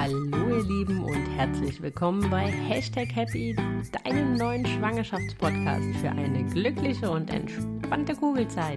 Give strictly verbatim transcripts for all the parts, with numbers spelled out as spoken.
Hallo ihr Lieben und herzlich willkommen bei Hashtag Happy, deinem neuen Schwangerschaftspodcast für eine glückliche und entspannte Kugelzeit.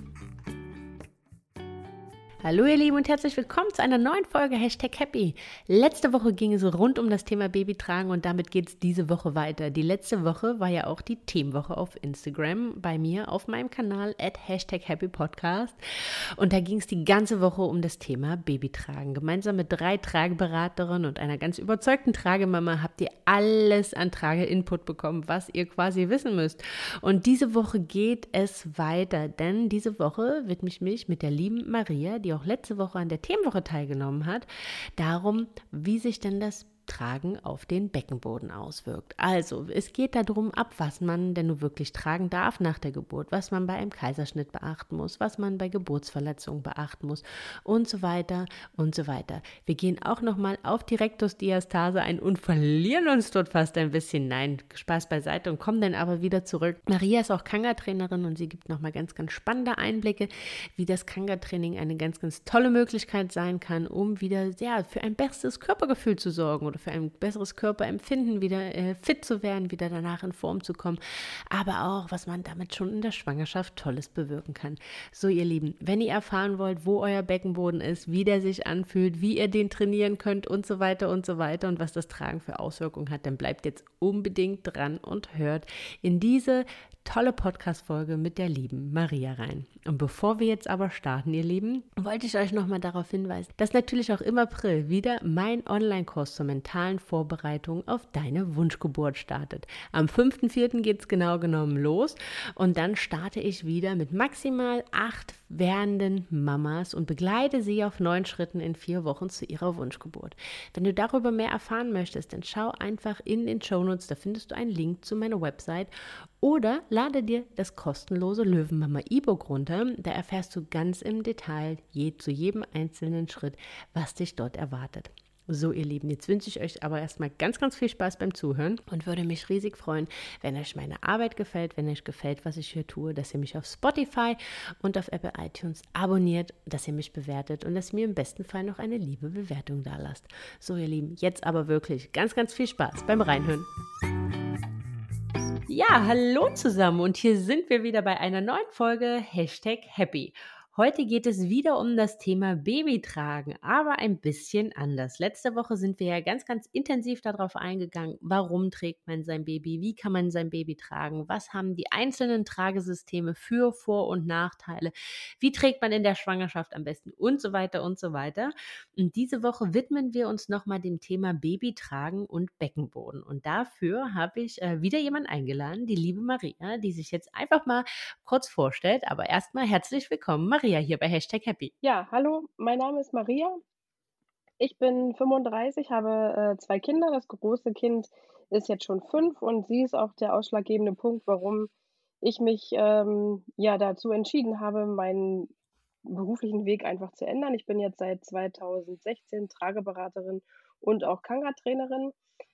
Hallo ihr Lieben und herzlich willkommen zu einer neuen Folge Hashtag Happy. Letzte Woche ging es rund um das Thema Babytragen und damit geht es diese Woche weiter. Die letzte Woche war ja auch die Themenwoche auf Instagram bei mir auf meinem Kanal at Hashtag Happy Podcast und da ging es die ganze Woche um das Thema Babytragen. Gemeinsam mit drei Trageberaterinnen und einer ganz überzeugten Tragemama habt ihr alles an Trage-Input bekommen, was ihr quasi wissen müsst. Und diese Woche geht es weiter, denn diese Woche widme ich mich mit der lieben Maria, die auch letzte Woche an der Themenwoche teilgenommen hat, darum, wie sich denn das Tragen auf den Beckenboden auswirkt. Also, es geht darum, ab was man denn nun wirklich tragen darf nach der Geburt, was man bei einem Kaiserschnitt beachten muss, was man bei Geburtsverletzungen beachten muss und so weiter und so weiter. Wir gehen auch nochmal auf die Rektusdiastase ein und verlieren uns dort fast ein bisschen. Nein, Spaß beiseite und kommen dann aber wieder zurück. Maria ist auch Kanga-Trainerin und sie gibt nochmal ganz, ganz spannende Einblicke, wie das Kanga-Training eine ganz, ganz tolle Möglichkeit sein kann, um wieder ja, für ein besseres Körpergefühl zu sorgen oder für ein besseres Körperempfinden, wieder äh, fit zu werden, wieder danach in Form zu kommen, aber auch, was man damit schon in der Schwangerschaft Tolles bewirken kann. So, ihr Lieben, wenn ihr erfahren wollt, wo euer Beckenboden ist, wie der sich anfühlt, wie ihr den trainieren könnt und so weiter und so weiter und was das Tragen für Auswirkungen hat, dann bleibt jetzt unbedingt dran und hört in diese tolle Podcast-Folge mit der lieben Maria rein. Und bevor wir jetzt aber starten, ihr Lieben, wollte ich euch nochmal darauf hinweisen, dass natürlich auch im April wieder mein Online-Kurs zur mentalen Vorbereitung auf deine Wunschgeburt startet. Am fünften vierten geht es genau genommen los und dann starte ich wieder mit maximal acht werdenden Mamas und begleite sie auf neun Schritten in vier Wochen zu ihrer Wunschgeburt. Wenn du darüber mehr erfahren möchtest, dann schau einfach in den Shownotes, da findest du einen Link zu meiner Website oder lade dir das kostenlose Löwenmama E-Book runter. Da erfährst du ganz im Detail je, zu jedem einzelnen Schritt, was dich dort erwartet. So, ihr Lieben, jetzt wünsche ich euch aber erstmal ganz, ganz viel Spaß beim Zuhören und würde mich riesig freuen, wenn euch meine Arbeit gefällt, wenn euch gefällt, was ich hier tue, dass ihr mich auf Spotify und auf Apple iTunes abonniert, dass ihr mich bewertet und dass ihr mir im besten Fall noch eine liebe Bewertung da lasst. So, ihr Lieben, jetzt aber wirklich ganz, ganz viel Spaß beim Reinhören. Ja, hallo zusammen und hier sind wir wieder bei einer neuen Folge Hashtag Happy. Heute geht es wieder um das Thema Babytragen, aber ein bisschen anders. Letzte Woche sind wir ja ganz, ganz intensiv darauf eingegangen, warum trägt man sein Baby, wie kann man sein Baby tragen, was haben die einzelnen Tragesysteme für Vor- und Nachteile, wie trägt man in der Schwangerschaft am besten und so weiter und so weiter. Und diese Woche widmen wir uns nochmal dem Thema Babytragen und Beckenboden. Und dafür habe ich äh, wieder jemanden eingeladen, die liebe Maria, die sich jetzt einfach mal kurz vorstellt. Aber erstmal herzlich willkommen, Maria, hier bei Hashtag Happy. Ja, hallo, mein Name ist Maria. Ich bin fünfunddreißig, habe äh, zwei Kinder. Das große Kind ist jetzt schon fünf und sie ist auch der ausschlaggebende Punkt, warum ich mich ähm, ja dazu entschieden habe, meinen beruflichen Weg einfach zu ändern. Ich bin jetzt seit zweitausendsechzehn Trageberaterin und auch Kanga-Trainerin.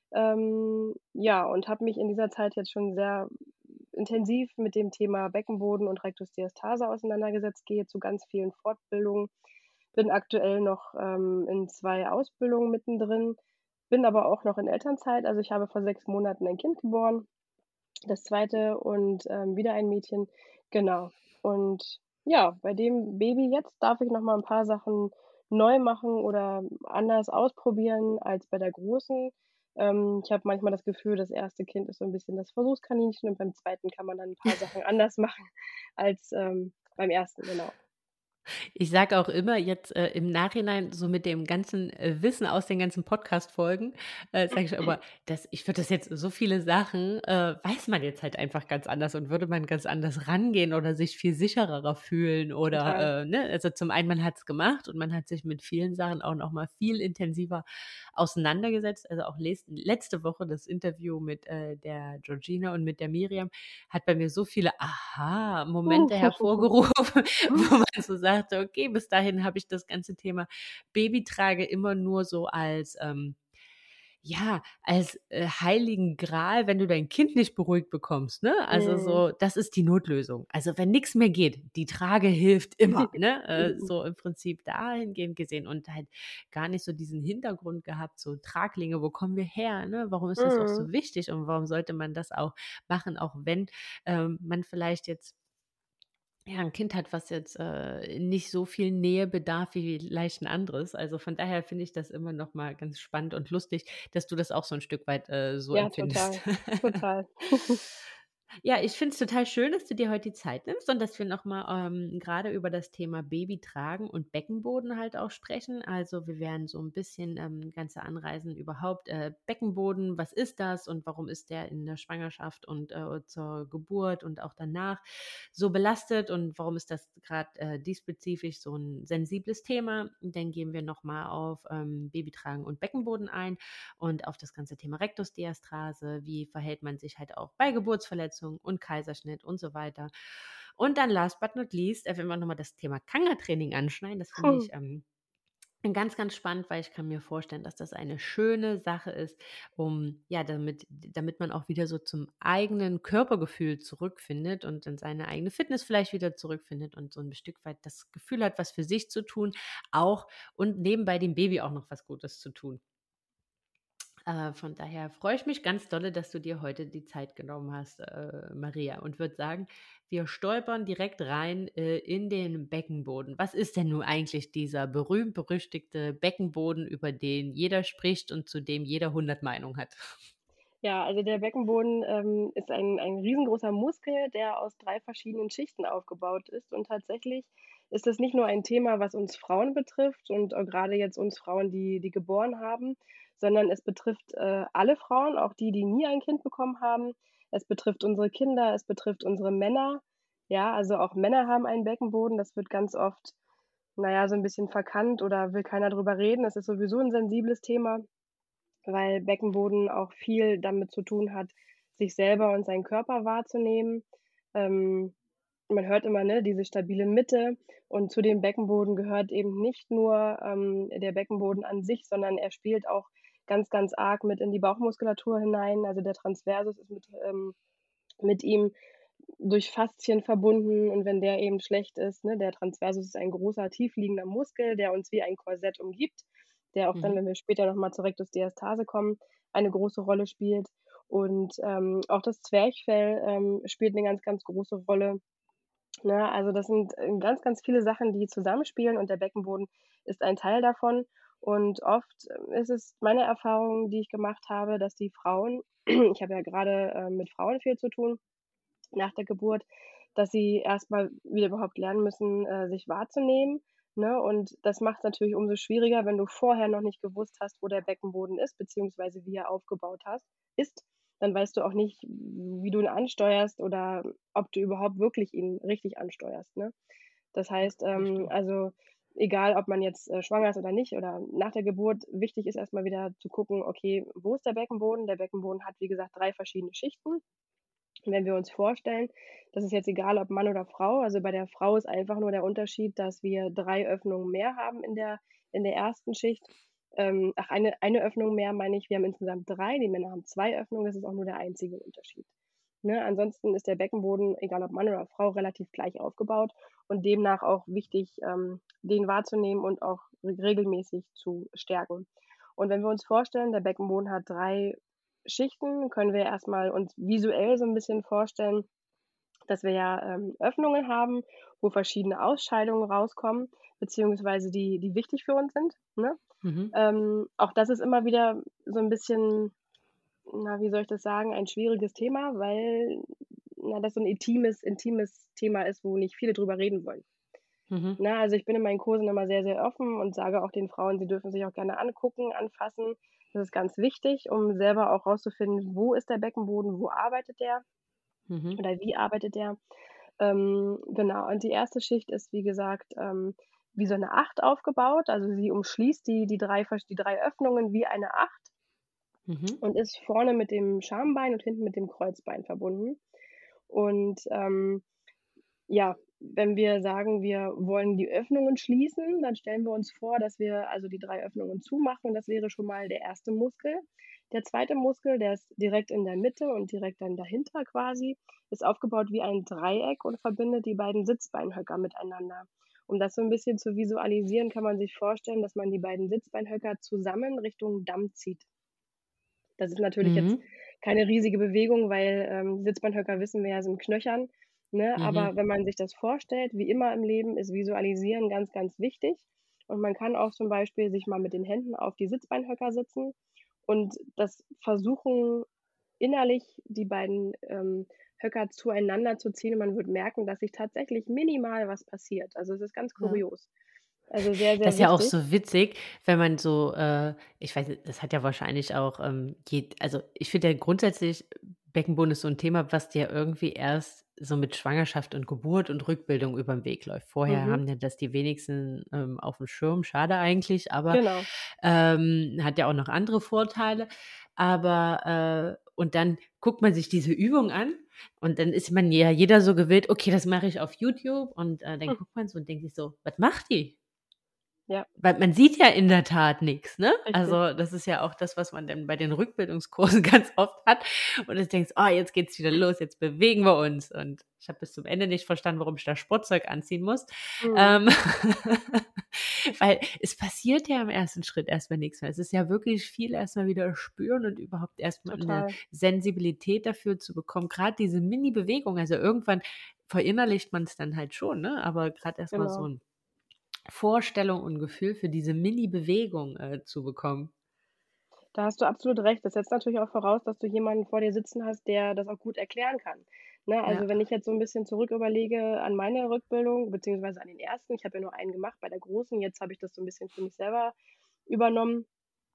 Ähm, ja, und habe mich in dieser Zeit jetzt schon sehr intensiv mit dem Thema Beckenboden und Rektusdiastase auseinandergesetzt, gehe zu ganz vielen Fortbildungen, bin aktuell noch ähm, in zwei Ausbildungen mittendrin, bin aber auch noch in Elternzeit. Also ich habe vor sechs Monaten ein Kind geboren, das zweite und ähm, wieder ein Mädchen. Genau. Und ja, bei dem Baby jetzt darf ich noch mal ein paar Sachen neu machen oder anders ausprobieren als bei der Großen. Ähm, ich habe manchmal das Gefühl, das erste Kind ist so ein bisschen das Versuchskaninchen und beim zweiten kann man dann ein paar Sachen anders machen als ähm, beim ersten, genau. Ich sage auch immer jetzt äh, im Nachhinein, so mit dem ganzen äh, Wissen aus den ganzen Podcast-Folgen, äh, sage ich immer, dass ich würde das jetzt so viele Sachen, äh, weiß man jetzt halt einfach ganz anders und würde man ganz anders rangehen oder sich viel sicherer fühlen Total. oder, äh, ne, also zum einen, man hat es gemacht und man hat sich mit vielen Sachen auch noch mal viel intensiver auseinandergesetzt. Also auch les- letzte Woche das Interview mit äh, der Georgina und mit der Miriam hat bei mir so viele Aha-Momente hervorgerufen, wo man so sagte, okay, bis dahin habe ich das ganze Thema Babytrage immer nur so als, ähm, ja, als, äh, heiligen Gral, wenn du dein Kind nicht beruhigt bekommst, ne? Also, Mhm. so, das ist die Notlösung. Also, wenn nix mehr geht, die Trage hilft immer, ne? Äh, so im Prinzip dahingehend gesehen und halt gar nicht so diesen Hintergrund gehabt, so Traglinge, wo kommen wir her, ne? Warum ist das auch Mhm. so wichtig und warum sollte man das auch machen, auch wenn, ähm, man vielleicht jetzt ja, 'n Kind hat, was jetzt, äh, nicht so viel Nähe bedarf wie vielleicht 'n anderes. Also, von daher finde ich das immer noch mal ganz spannend und lustig, dass du das auch so 'n Stück weit, äh, so Ja, empfindest. total. Total. Ja, ich finde es total schön, dass du dir heute die Zeit nimmst und dass wir noch mal, ähm, grade über das Thema Babytragen und Beckenboden halt auch sprechen. Also, wir werden so 'n bisschen, ähm, Ganze anreißen überhaupt, äh, Beckenboden, was ist das und warum ist der in der Schwangerschaft und, äh, zur Geburt und auch danach so belastet und warum ist das grad, äh, diesbezüglich so 'n sensibles Thema? Dann gehen wir noch mal auf, ähm, Babytragen und Beckenboden ein und auf das ganze Thema Rektusdiastase. Wie verhält man sich halt auch bei Geburtsverletzungen und Kaiserschnitt und so weiter. Und dann last but not least, äh, wenn wir noch mal das Thema Kanga-Training anschneiden, das finde ich, ähm, ganz, ganz spannend, weil ich kann mir vorstellen, dass das eine schöne Sache ist, um ja, damit damit man auch wieder so zum eigenen Körpergefühl zurückfindet und in seine eigene Fitness vielleicht wieder zurückfindet und so 'n Stück weit das Gefühl hat, was für sich zu tun, auch und nebenbei dem Baby auch noch was Gutes zu tun. Äh, von daher freue ich mich ganz dolle, dass du dir heute die Zeit genommen hast, äh, Maria, und würde sagen, wir stolpern direkt rein, äh, in den Beckenboden. Was ist denn nun eigentlich dieser berühmt-berüchtigte Beckenboden, über den jeder spricht und zu dem jeder hundert Meinungen hat? Ja, also der Beckenboden, ähm, ist ein ein riesengroßer Muskel, der aus drei verschiedenen Schichten aufgebaut ist. Und tatsächlich ist das nicht nur ein Thema, was uns Frauen betrifft und, äh, grade jetzt uns Frauen, die die geboren haben, sondern es betrifft, äh, alle Frauen, auch die, die nie ein Kind bekommen haben. Es betrifft unsere Kinder, es betrifft unsere Männer. Ja, also auch Männer haben einen Beckenboden. Das wird ganz oft, na ja, so 'n bisschen verkannt oder will keiner drüber reden. Das ist sowieso 'n sensibles Thema, weil Beckenboden auch viel damit zu tun hat, sich selber und seinen Körper wahrzunehmen. Ähm, man hört immer, ne, diese stabile Mitte und zu dem Beckenboden gehört eben nicht nur, ähm, der Beckenboden an sich, sondern er spielt auch ganz, ganz arg mit in die Bauchmuskulatur hinein. Also, der Transversus ist mit ähm, mit ihm durch Faszien verbunden und wenn der eben schlecht ist, ne, der Transversus ist ein großer tiefliegender Muskel, der uns wie ein Korsett umgibt, der auch dann, Mhm. wenn wir später noch mal zur Rektusdiastase kommen, eine große Rolle spielt. Und, ähm, auch das Zwerchfell, ähm, spielt 'ne ganz, ganz große Rolle, ne? Also, das sind, äh, ganz, ganz viele Sachen, die zusammenspielen und der Beckenboden ist ein Teil davon. Und oft ist es meine Erfahrung, die ich gemacht habe, dass die Frauen ich habe ja grade, ähm, mit Frauen viel zu tun nach der Geburt, dass sie erst mal wieder überhaupt lernen müssen, äh, sich wahrzunehmen, ne? Und das macht's natürlich umso schwieriger, wenn du vorher noch nicht gewusst hast, wo der Beckenboden ist, beziehungsweise wie er aufgebaut hast ist. Dann weißt du auch nicht, wie du ihn ansteuerst oder ob du überhaupt wirklich ihn richtig ansteuerst, ne? Das Ja, heißt, das ähm, stimmt. also, egal, ob man jetzt, äh, schwanger ist oder nicht oder nach der Geburt, wichtig ist erst mal wieder zu gucken: „Okay, wo ist der Beckenboden?“ Der Beckenboden hat, wie gesagt, drei verschiedene Schichten. Und wenn wir uns vorstellen, das ist jetzt egal, ob Mann oder Frau, also, bei der Frau ist einfach nur der Unterschied, dass wir drei Öffnungen mehr haben in der in der ersten Schicht. Ähm, ach, eine eine Öffnung mehr meine ich. Wir haben insgesamt drei, die Männer haben zwei Öffnungen, das ist auch nur der einzige Unterschied, ne? Ansonsten ist der Beckenboden, egal ob Mann oder Frau, relativ gleich aufgebaut und demnach auch wichtig, ähm, den wahrzunehmen und auch re regelmäßig zu stärken. Und wenn wir uns vorstellen, der Beckenboden hat drei Schichten, können wir erst mal uns visuell so 'n bisschen vorstellen, dass wir ja, ähm, Öffnungen haben, wo verschiedene Ausscheidungen rauskommen, beziehungsweise die die wichtig für uns sind, ne? Mhm. Ähm, auch das ist immer wieder so 'n bisschen, na, wie soll ich das sagen, ein schwieriges Thema, weil, na, das so 'n intimes intimes Thema ist, wo nicht viele drüber reden wollen. Mhm. Ne, also, ich bin in meinen Kursen immer sehr, sehr offen und sage auch den Frauen, sie dürfen sich auch gerne angucken, anfassen. Das ist ganz wichtig, um selber auch rauszufinden, wo ist der Beckenboden, wo arbeitet der Mhm. oder wie arbeitet der? Ähm, genau, und die erste Schicht ist, wie gesagt, ähm, wie so 'ne Acht aufgebaut. Also, sie umschließt die die drei versch die drei Öffnungen wie eine Acht Mhm. und ist vorne mit dem Schambein und hinten mit dem Kreuzbein verbunden. Und, ähm, ja, wenn wir sagen, wir wollen die Öffnungen schließen, dann stellen wir uns vor, dass wir also die drei Öffnungen zumachen. Das wäre schon mal der erste Muskel. Der zweite Muskel, der ist direkt in der Mitte und direkt dann dahinter quasi, ist aufgebaut wie ein Dreieck und verbindet die beiden Sitzbeinhöcker miteinander. Um das so ein bisschen zu visualisieren, kann man sich vorstellen, dass man die beiden Sitzbeinhöcker zusammen Richtung Damm zieht. Das ist natürlich jetzt Mhm. keine riesige Bewegung, weil, ähm, Sitzbeinhöcker wissen wir ja, sind knöchern, ne? Aber Mhm. wenn man sich das vorstellt, wie immer im Leben ist Visualisieren ganz, ganz wichtig. Und man kann auch zum Beispiel sich mal mit den Händen auf die Sitzbeinhöcker setzen und das versuchen, innerlich die beiden, ähm, Höcker zueinander zu ziehen und man wird merken, dass sich tatsächlich minimal was passiert. Also, es ist ganz Ja. kurios. Also, sehr, Das sehr ist ja auch wichtig. so witzig, wenn man so, äh ich weiß nicht, das hat ja wahrscheinlich auch, ähm, je also, ich finde ja grundsätzlich, Beckenboden ist so 'n Thema, was dir irgendwie erst so mit Schwangerschaft und Geburt und Rückbildung übern Weg läuft. Vorher Mhm, haben ja das die wenigsten, ähm, aufm Schirm. Schade eigentlich, aber, genau, ähm, hat ja auch noch andere Vorteile. Aber, äh und dann guckt man sich diese Übung an und dann ist man ja jeder so gewillt: „Okay, das mache ich auf YouTube." Und, äh, dann hm, guckt man so und denkt sich so: „Was macht die?" ja, Weil man sieht ja in der Tat nix, ne? richtig, Also, das ist ja auch das, was man dann bei den Rückbildungskursen ganz oft hat. Und du denkst: „Oh, jetzt geht's wieder los, jetzt bewegen wir uns." Und ich habe bis zum Ende nicht verstanden, warum ich da Sportzeug anziehen muss. mhm. Ähm, weil es passiert ja im ersten Schritt erst mal nix mehr. Es ist ja wirklich viel erst mal wieder spüren und überhaupt erst mal 'ne Total, Sensibilität dafür zu bekommen. Grad diese Mini-Bewegung, also, irgendwann verinnerlicht man's dann halt schon, ne? Aber grad erst mal so genau. 'n Vorstellung und Gefühl für diese Mini-Bewegung, äh, zu bekommen. Da hast du absolut recht. Das setzt natürlich auch voraus, dass du jemanden vor dir sitzen hast, der das auch gut erklären kann. Ne, Ja. also, wenn ich jetzt so 'n bisschen zurück überlege an meine Rückbildung beziehungsweise an den ersten, ich habe ja nur einen gemacht bei der großen, jetzt habe ich das so 'n bisschen für mich selber übernommen.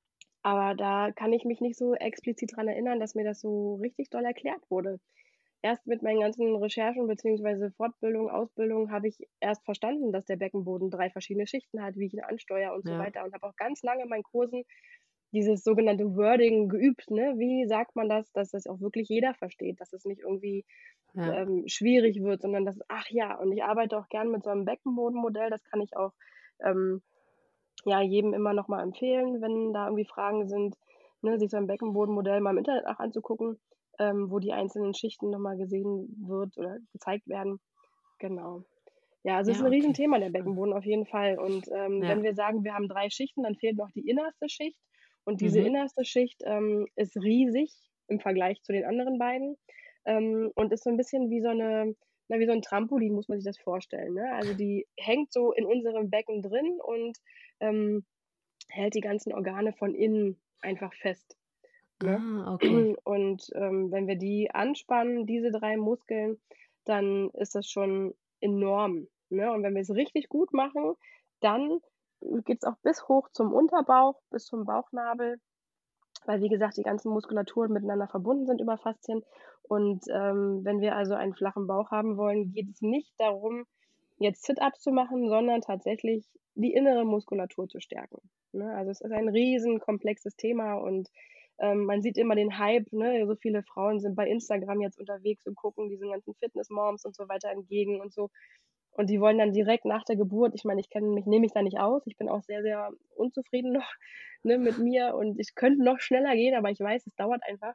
Aber da kann ich mich nicht so explizit dran erinnern, dass mir das so richtig doll erklärt wurde. Erst mit meinen ganzen Recherchen beziehungsweise Fortbildung, Ausbildung habe ich erst verstanden, dass der Beckenboden drei verschiedene Schichten hat, wie ich ihn ansteuere und so Ja, weiter und habe auch ganz lange in meinen Kursen dieses sogenannte Wording geübt, ne? Wie sagt man das, dass das auch wirklich jeder versteht, dass es nicht irgendwie, ja. ähm, schwierig wird, sondern dass ach ja, und ich arbeite auch gern mit so 'nem Beckenbodenmodell, das kann ich auch, ähm, ja, jedem immer noch mal empfehlen, wenn da irgendwie Fragen sind, ne, sich so 'n Beckenbodenmodell mal im Internet auch anzugucken, ähm, wo die einzelnen Schichten noch mal gesehen wird oder gezeigt werden. Genau. Ja, also es ist 'n Ja, okay. Riesenthema, der Spannend. Beckenboden auf jeden Fall. Und, ähm, wenn Ja. wir sagen, wir haben drei Schichten, dann fehlt noch die innerste Schicht. Und diese Mhm. innerste Schicht, ähm, ist riesig im Vergleich zu den anderen beiden, ähm, und ist so 'n bisschen wie so 'ne na, wie so 'n Trampolin muss man sich das vorstellen, ne? Also, die hängt so in unserem Becken drin und, ähm, hält die ganzen Organe von innen einfach fest, ne? Ah, okay. Und, ähm, wenn wir die anspannen, diese drei Muskeln, dann ist das schon enorm, ne? Und wenn wir's richtig gut machen, dann geht's auch bis hoch zum Unterbauch, bis zum Bauchnabel, weil, wie gesagt, die ganzen Muskulaturen miteinander verbunden sind über Faszien. Und, ähm, wenn wir also einen flachen Bauch haben wollen, geht es nicht darum, jetzt Sit-ups zu machen, sondern tatsächlich die innere Muskulatur zu stärken, ne? Also, es ist ein riesenkomplexes Thema und, ähm, man sieht immer den Hype, ne? So viele Frauen sind bei Instagram jetzt unterwegs und gucken diesen ganzen Fitness-Moms und so weiter entgegen und so. Und die wollen dann direkt nach der Geburt ich meine, ich kenne mich nehme mich da nicht aus. Ich bin auch sehr, sehr unzufrieden noch, ne, mit mir und ich könnte noch schneller gehen, aber ich weiß, es dauert einfach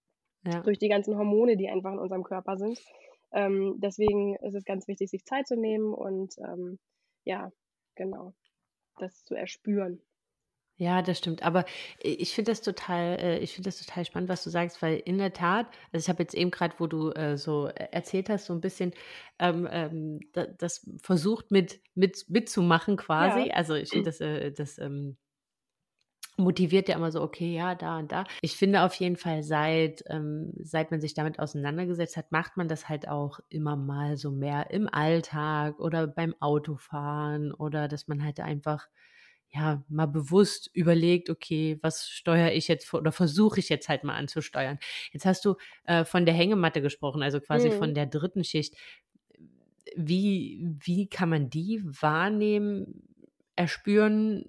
Ja. durch die ganzen Hormone, die einfach in unserem Körper sind. Ähm, deswegen ist es ganz wichtig, sich Zeit zu nehmen und, ähm, ja, genau, das zu erspüren. Ja, das stimmt. Aber i ich finde das total äh, ich finde das total spannend, was du sagst, weil in der Tat also, ich habe jetzt eben grad, wo du, äh, so e erzählt hast, so 'n bisschen, ähm, ähm, da das versucht mit mit mitzumachen Ja, quasi. Also, ich finde das, äh das, ähm motiviert ja immer so, okay, ja, da und da. Ich finde auf jeden Fall, seit ähm, seit man sich damit auseinandergesetzt hat, macht man das halt auch immer mal so mehr im Alltag oder beim Autofahren oder dass man halt einfach, ja, mal bewusst überlegt: „Okay, was steuere ich jetzt vor oder versuche ich jetzt halt mal anzusteuern." Jetzt hast du, äh, von der Hängematte gesprochen, also quasi mhm. von der dritten Schicht. Wie wie kann man die wahrnehmen, erspüren?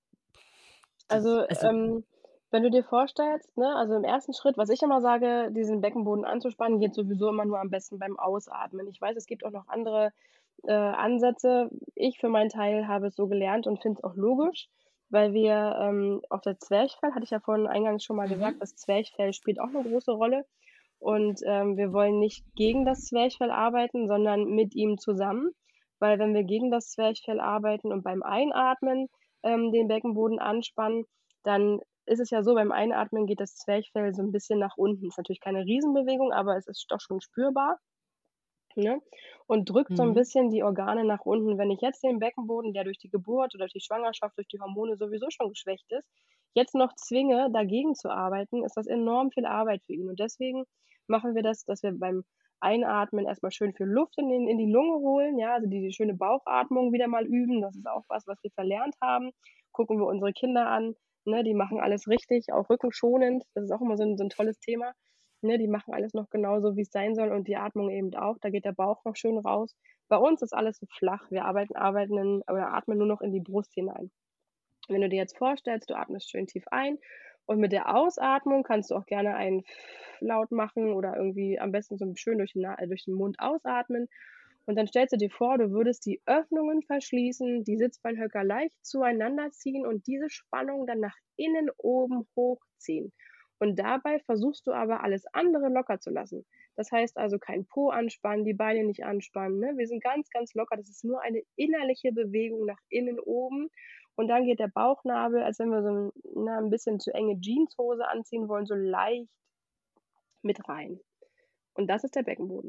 Das Also, also ähm, wenn du dir vorstellst, ne, also im ersten Schritt, was ich immer sage, diesen Beckenboden anzuspannen, geht sowieso immer nur am besten beim Ausatmen. Ich weiß, es gibt auch noch andere, äh, Ansätze. Ich für meinen Teil habe es so gelernt und finde es auch logisch, weil wir ähm, auf der Zwerchfell, hatte ich ja vorhin eingangs schon mal gesagt, Mhm. das Zwerchfell spielt auch eine große Rolle. Und ähm, wir wollen nicht gegen das Zwerchfell arbeiten, sondern mit ihm zusammen. Weil wenn wir gegen das Zwerchfell arbeiten und beim Einatmen ähm, den Beckenboden anspannen, dann ist es ja so, beim Einatmen geht das Zwerchfell so ein bisschen nach unten. Ist natürlich keine Riesenbewegung, aber es ist doch schon spürbar, ne? Und drückt so 'n Mhm. bisschen die Organe nach unten. Wenn ich jetzt den Beckenboden, der durch die Geburt oder durch die Schwangerschaft, durch die Hormone sowieso schon geschwächt ist, jetzt noch zwinge, dagegen zu arbeiten, ist das enorm viel Arbeit für ihn. Und deswegen machen wir das, dass wir beim Einatmen erst mal schön viel Luft in den in die Lunge holen, ja, also die schöne Bauchatmung wieder mal üben. Das ist auch was, was wir verlernt haben. Gucken wir unsere Kinder an, ne, die machen alles richtig, auch rückenschonend. Das ist auch immer so 'n so 'n tolles Thema. Ne, die machen alles noch genauso, wie's sein soll und die Atmung eben auch. Da geht der Bauch noch schön raus. Bei uns ist alles so flach. Wir arbeiten arbeiten in oder atmen nur noch in die Brust hinein. Wenn du dir jetzt vorstellst, du atmest schön tief ein und mit der Ausatmung kannst du auch gerne einen laut machen oder irgendwie am besten so schön durch die Na äh, durch den Mund ausatmen. Und dann stellst du dir vor, du würdest die Öffnungen verschließen, die Sitzbeinhöcker leicht zueinander ziehen und diese Spannung dann nach innen oben hochziehen. Und dabei versuchst du aber alles andere locker zu lassen. Das heißt also kein Po anspannen, die Beine nicht anspannen, ne? Wir sind ganz, ganz locker. Das ist nur eine innerliche Bewegung nach innen oben. Und dann geht der Bauchnabel, als wenn wir so 'n na, 'n bisschen zu enge Jeanshose anziehen wollen, so leicht mit rein. Und das ist der Beckenboden.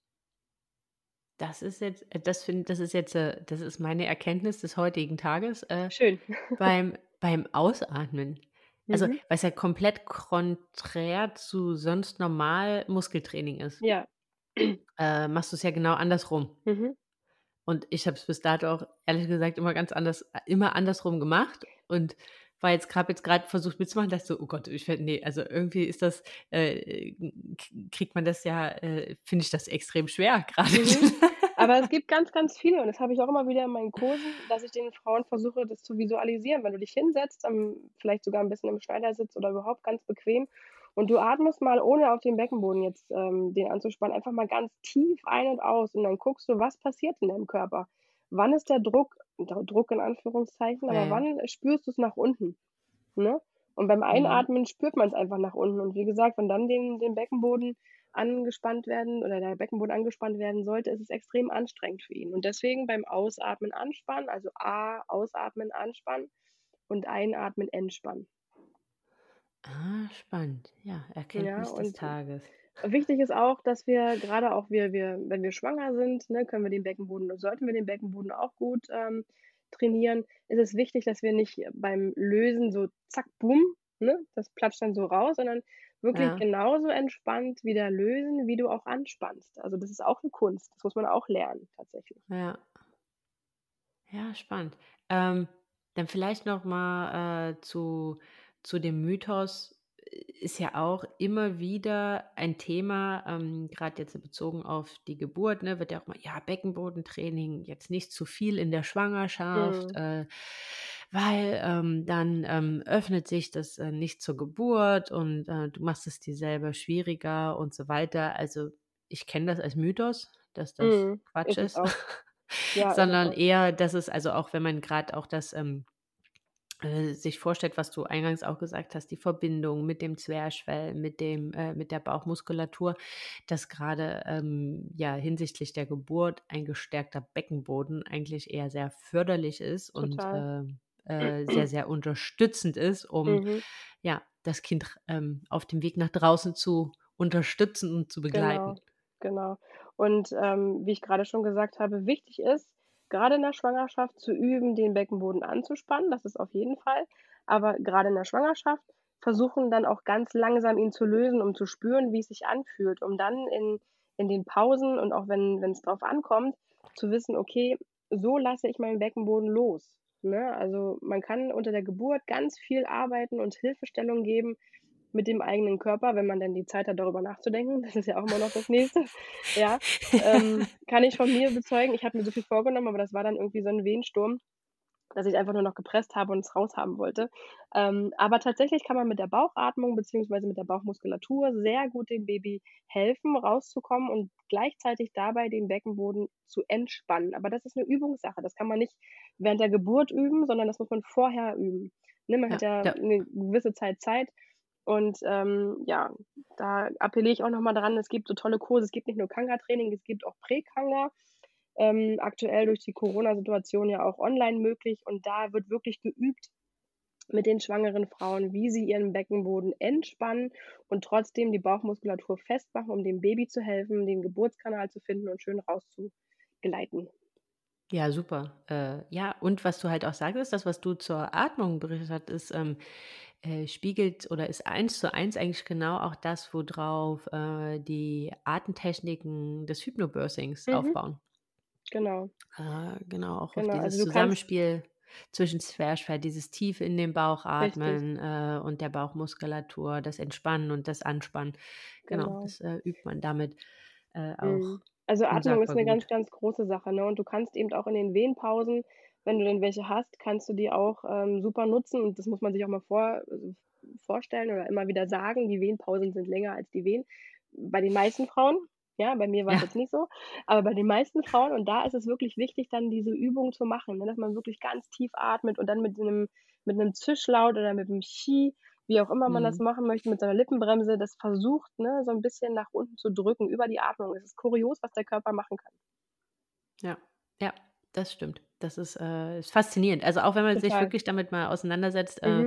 Das ist jetzt äh, das finde das ist jetzt, äh das ist meine Erkenntnis des heutigen Tages, äh, Schön. beim beim Ausatmen. Also, Mhm. was ja komplett konträr zu sonst normal Muskeltraining ist, Ja. äh, machst du's ja genau andersrum. Mhm. Und ich habe es bis dato auch ehrlich gesagt immer ganz anders äh, immer andersrum gemacht und war jetzt grad jetzt grad versucht mitzumachen, dachte so: „Oh Gott, ich werde ne, also irgendwie ist das, äh, k kriegt man das ja äh, finde ich das extrem schwer grade." Mhm. Aber es gibt ganz, ganz viele und das habe ich auch immer wieder in meinen Kursen, dass ich den Frauen versuche, das zu visualisieren. Wenn du dich hinsetzt, ähm, vielleicht sogar 'n bisschen im Schneidersitz oder überhaupt ganz bequem und du atmest mal, ohne auf den Beckenboden jetzt, ähm, den anzuspannen, einfach mal ganz tief ein und aus und dann guckst du, was passiert in deinem Körper? Wann ist der Druck Dr Druck in Anführungszeichen, Ja, aber ja. wann spürst du's nach unten, ne? Und beim Mhm. Einatmen spürt man's einfach nach unten. Und wie gesagt, wenn dann den den Beckenboden angespannt werden oder der Beckenboden angespannt werden sollte, ist es extrem anstrengend für ihn. Und deswegen beim Ausatmen anspannen, also A, ausatmen, anspannen und einatmen, entspannen. Ah, spannend. Ja, Ja, Erkenntnis des und Tages. wichtig ist auch, dass wir grade auch wir wir wenn wir schwanger sind, ne, können wir den Beckenboden sollten wir den Beckenboden auch gut, ähm, trainieren. Ist es wichtig, dass wir nicht beim Lösen so zack, bumm, ne, das platscht dann so raus, sondern wirklich Ja, genauso entspannt wieder lösen, wie du auch anspannst. Also, das ist auch 'ne Kunst. Das muss man auch lernen tatsächlich. ja. Ja, spannend. Ähm, dann vielleicht noch mal, äh, zu zu dem Mythos, äh, ist ja auch immer wieder ein Thema, ähm, grad jetzt bezogen auf die Geburt, ne, wird ja auch mal: „Ja, Beckenbodentraining, jetzt nicht zu viel in der Schwangerschaft, Mhm. äh, weil, ähm, dann, ähm, öffnet sich das, äh, nicht zur Geburt und, äh, du machst es dir selber schwieriger" und so weiter. Also, ich kenne das als Mythos, dass das Mhm. Quatsch Ist es ist. auch. Ja, ist es Sondern auch. eher, dass es also auch wenn man grad auch das, ähm, äh, sich vorstellt, was du eingangs auch gesagt hast, die Verbindung mit dem Zwerchfell, mit dem äh, mit der Bauchmuskulatur, dass grade, ähm, ja, hinsichtlich der Geburt ein gestärkter Beckenboden eigentlich eher sehr förderlich ist und, Total. ähm, äh, sehr, sehr unterstützend ist, um, Mhm. ja, das Kind, ähm, auf dem Weg nach draußen zu unterstützen und zu begleiten. Genau, genau. Und, ähm, wie ich grade schon gesagt habe, wichtig ist, grade in der Schwangerschaft zu üben, den Beckenboden anzuspannen, das ist auf jeden Fall. Aber grade in der Schwangerschaft versuchen dann auch ganz langsam ihn zu lösen, um zu spüren, wie es sich anfühlt, um dann in in den Pausen und auch wenn wenn's drauf ankommt, zu wissen: „Okay, so lasse ich meinen Beckenboden los", ne? Also, man kann unter der Geburt ganz viel arbeiten und Hilfestellung geben mit dem eigenen Körper, wenn man denn die Zeit hat, darüber nachzudenken. Das ist ja auch immer noch das Nächste, ja. Ähm, kann ich von mir bezeugen. Ich habe mir so viel vorgenommen, aber das war dann irgendwie so 'n Wehensturm. dass ich einfach nur noch gepresst habe und es raushaben wollte. Ähm, aber tatsächlich kann man mit der Bauchatmung beziehungsweise mit der Bauchmuskulatur sehr gut dem Baby helfen, rauszukommen und gleichzeitig dabei den Beckenboden zu entspannen. Aber das ist 'ne Übungssache. Das kann man nicht während der Geburt üben, sondern das muss man vorher üben. Ne, man hat Ja, ja ja. 'ne gewisse Zeit Zeit und, ähm, ja, da appelliere ich auch noch mal dran, es gibt so tolle Kurse. Es gibt nicht nur Kanga-Training, es gibt auch Prä-Kanga. Ähm, aktuell durch die Corona-Situation ja auch online möglich und da wird wirklich geübt mit den schwangeren Frauen, wie sie ihren Beckenboden entspannen und trotzdem die Bauchmuskulatur festmachen, um dem Baby zu helfen, den Geburtskanal zu finden und schön rauszugeleiten. Ja, super. Äh, ja, und was du halt auch sagtest, das, was du zur Atmung berichtet hast, ist, ähm, äh, spiegelt oder ist eins zu eins eigentlich genau auch das, worauf, äh, die Atemtechniken des Hypnobirthings Mhm, aufbauen. genau, Äh, genau, auch auf genau. Also, dieses du kannst Zusammenspiel zwischen Zwerchfell, dieses tief in den Bauch richtig, atmen, äh, und der Bauchmuskulatur, das Entspannen und das Anspannen. Genau, genau. das, äh, übt man damit, äh, auch Mhm. Also, Atmung ist unsagbar 'ne ganz, gut. ganz große Sache, ne? Und du kannst eben auch in den Wehenpausen, wenn du denn welche hast, kannst du die auch, ähm, super nutzen und das muss man sich auch mal vor also, vorstellen oder immer wieder sagen, die Wehenpausen sind länger als die Wehen. Bei den meisten Frauen, ja, bei mir war's Ja, jetzt nicht so, aber bei den meisten Frauen und da ist es wirklich wichtig, dann diese Übung zu machen, ne, dass man wirklich ganz tief atmet und dann mit 'nem mit 'nem Zischlaut oder mit 'm Chi, wie auch immer man das mhm. machen möchte, mit seiner Lippenbremse, das versucht, ne, so 'n bisschen nach unten zu drücken über die Atmung. Es ist kurios, was der Körper machen kann. Ja, ja, das stimmt. Das ist, äh ist faszinierend. Also, auch wenn man sich Total. wirklich damit mal auseinandersetzt, äh, Mhm.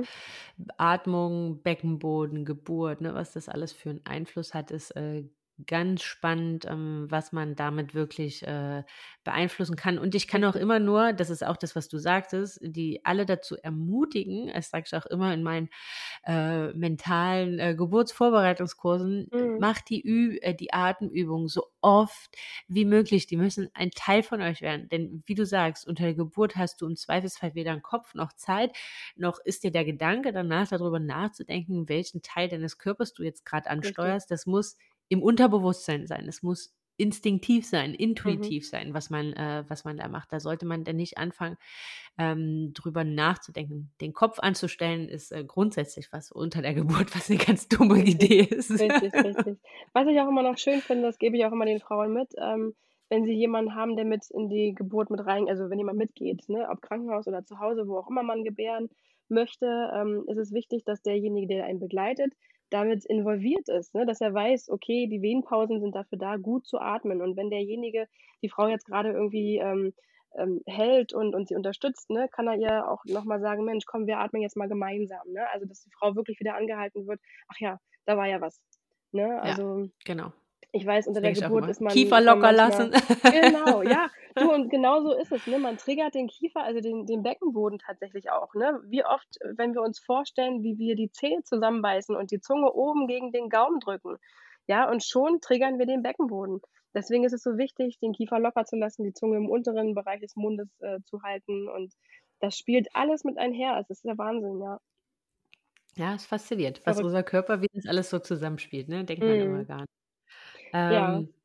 Atmung, Beckenboden, Geburt, ne, was das alles für 'n Einfluss hat, ist, äh, ganz spannend, ähm, was man damit wirklich, äh, beeinflussen kann. Und ich kann auch Richtig. immer nur, das ist auch das, was du sagtest, die alle dazu ermutigen, das sage ich auch immer in meinen, äh, mentalen, äh, Geburtsvorbereitungskursen, Mhm. macht die Ü äh, die Atemübung so oft wie möglich. Die müssen ein Teil von euch werden. Denn wie du sagst, unter der Geburt hast du im Zweifelsfall weder 'n Kopf noch Zeit, noch ist dir der Gedanke danach darüber nachzudenken, welchen Teil deines Körpers du jetzt grad Richtig. ansteuerst. Das muss im Unterbewusstsein sein. Es muss instinktiv sein, Mhm. intuitiv sein, was man äh, was man da macht. Da sollte man dann nicht anfangen, ähm, drüber nachzudenken. Den Kopf anzustellen ist, äh, grundsätzlich was unter der Geburt, was 'ne ganz dumme Richtig, Idee ist. richtig, richtig. Was ich auch immer noch schön finde, das gebe ich auch immer den Frauen mit, ähm, wenn sie jemanden haben, der mit in die Geburt mit rein also, wenn jemand mitgeht, ne, ob Krankenhaus oder zu Hause, wo auch immer man gebären möchte, ähm, ist es wichtig, dass derjenige, der einen begleitet, damit involviert ist, ne, dass er weiß: „Okay, die Wehenpausen sind dafür da, gut zu atmen.“ Und wenn derjenige die Frau jetzt grade irgendwie, ähm, ähm, hält und und sie unterstützt, ne, kann er ihr auch noch mal sagen: „Mensch, komm, wir atmen jetzt mal gemeinsam“, ne? Also, dass die Frau wirklich wieder angehalten wird: „Ach ja, da war ja was“, ne? Ja, Also, genau. ich weiß, Das unter der denke ich auch Geburt immer. ist man Kiefer ist man locker manchmal lassen. genau, ja. Du, und genau so ist es, ne? Man triggert den Kiefer, also den den Beckenboden tatsächlich auch, ne? Wie oft, äh, wenn wir uns vorstellen, wie wir die Zähne zusammenbeißen und die Zunge oben gegen den Gaumen drücken, ja, und schon triggern wir den Beckenboden. Deswegen ist es so wichtig, den Kiefer locker zu lassen, die Zunge im unteren Bereich des Mundes, äh, zu halten und das spielt alles mit einher. Es ist der Wahnsinn, ja. Ja, ist faszinierend, was Verrückt. unser Körper wie das alles so zusammenspielt, ne? Denkt man immer Mhm. gar nicht. Ja, Ähm,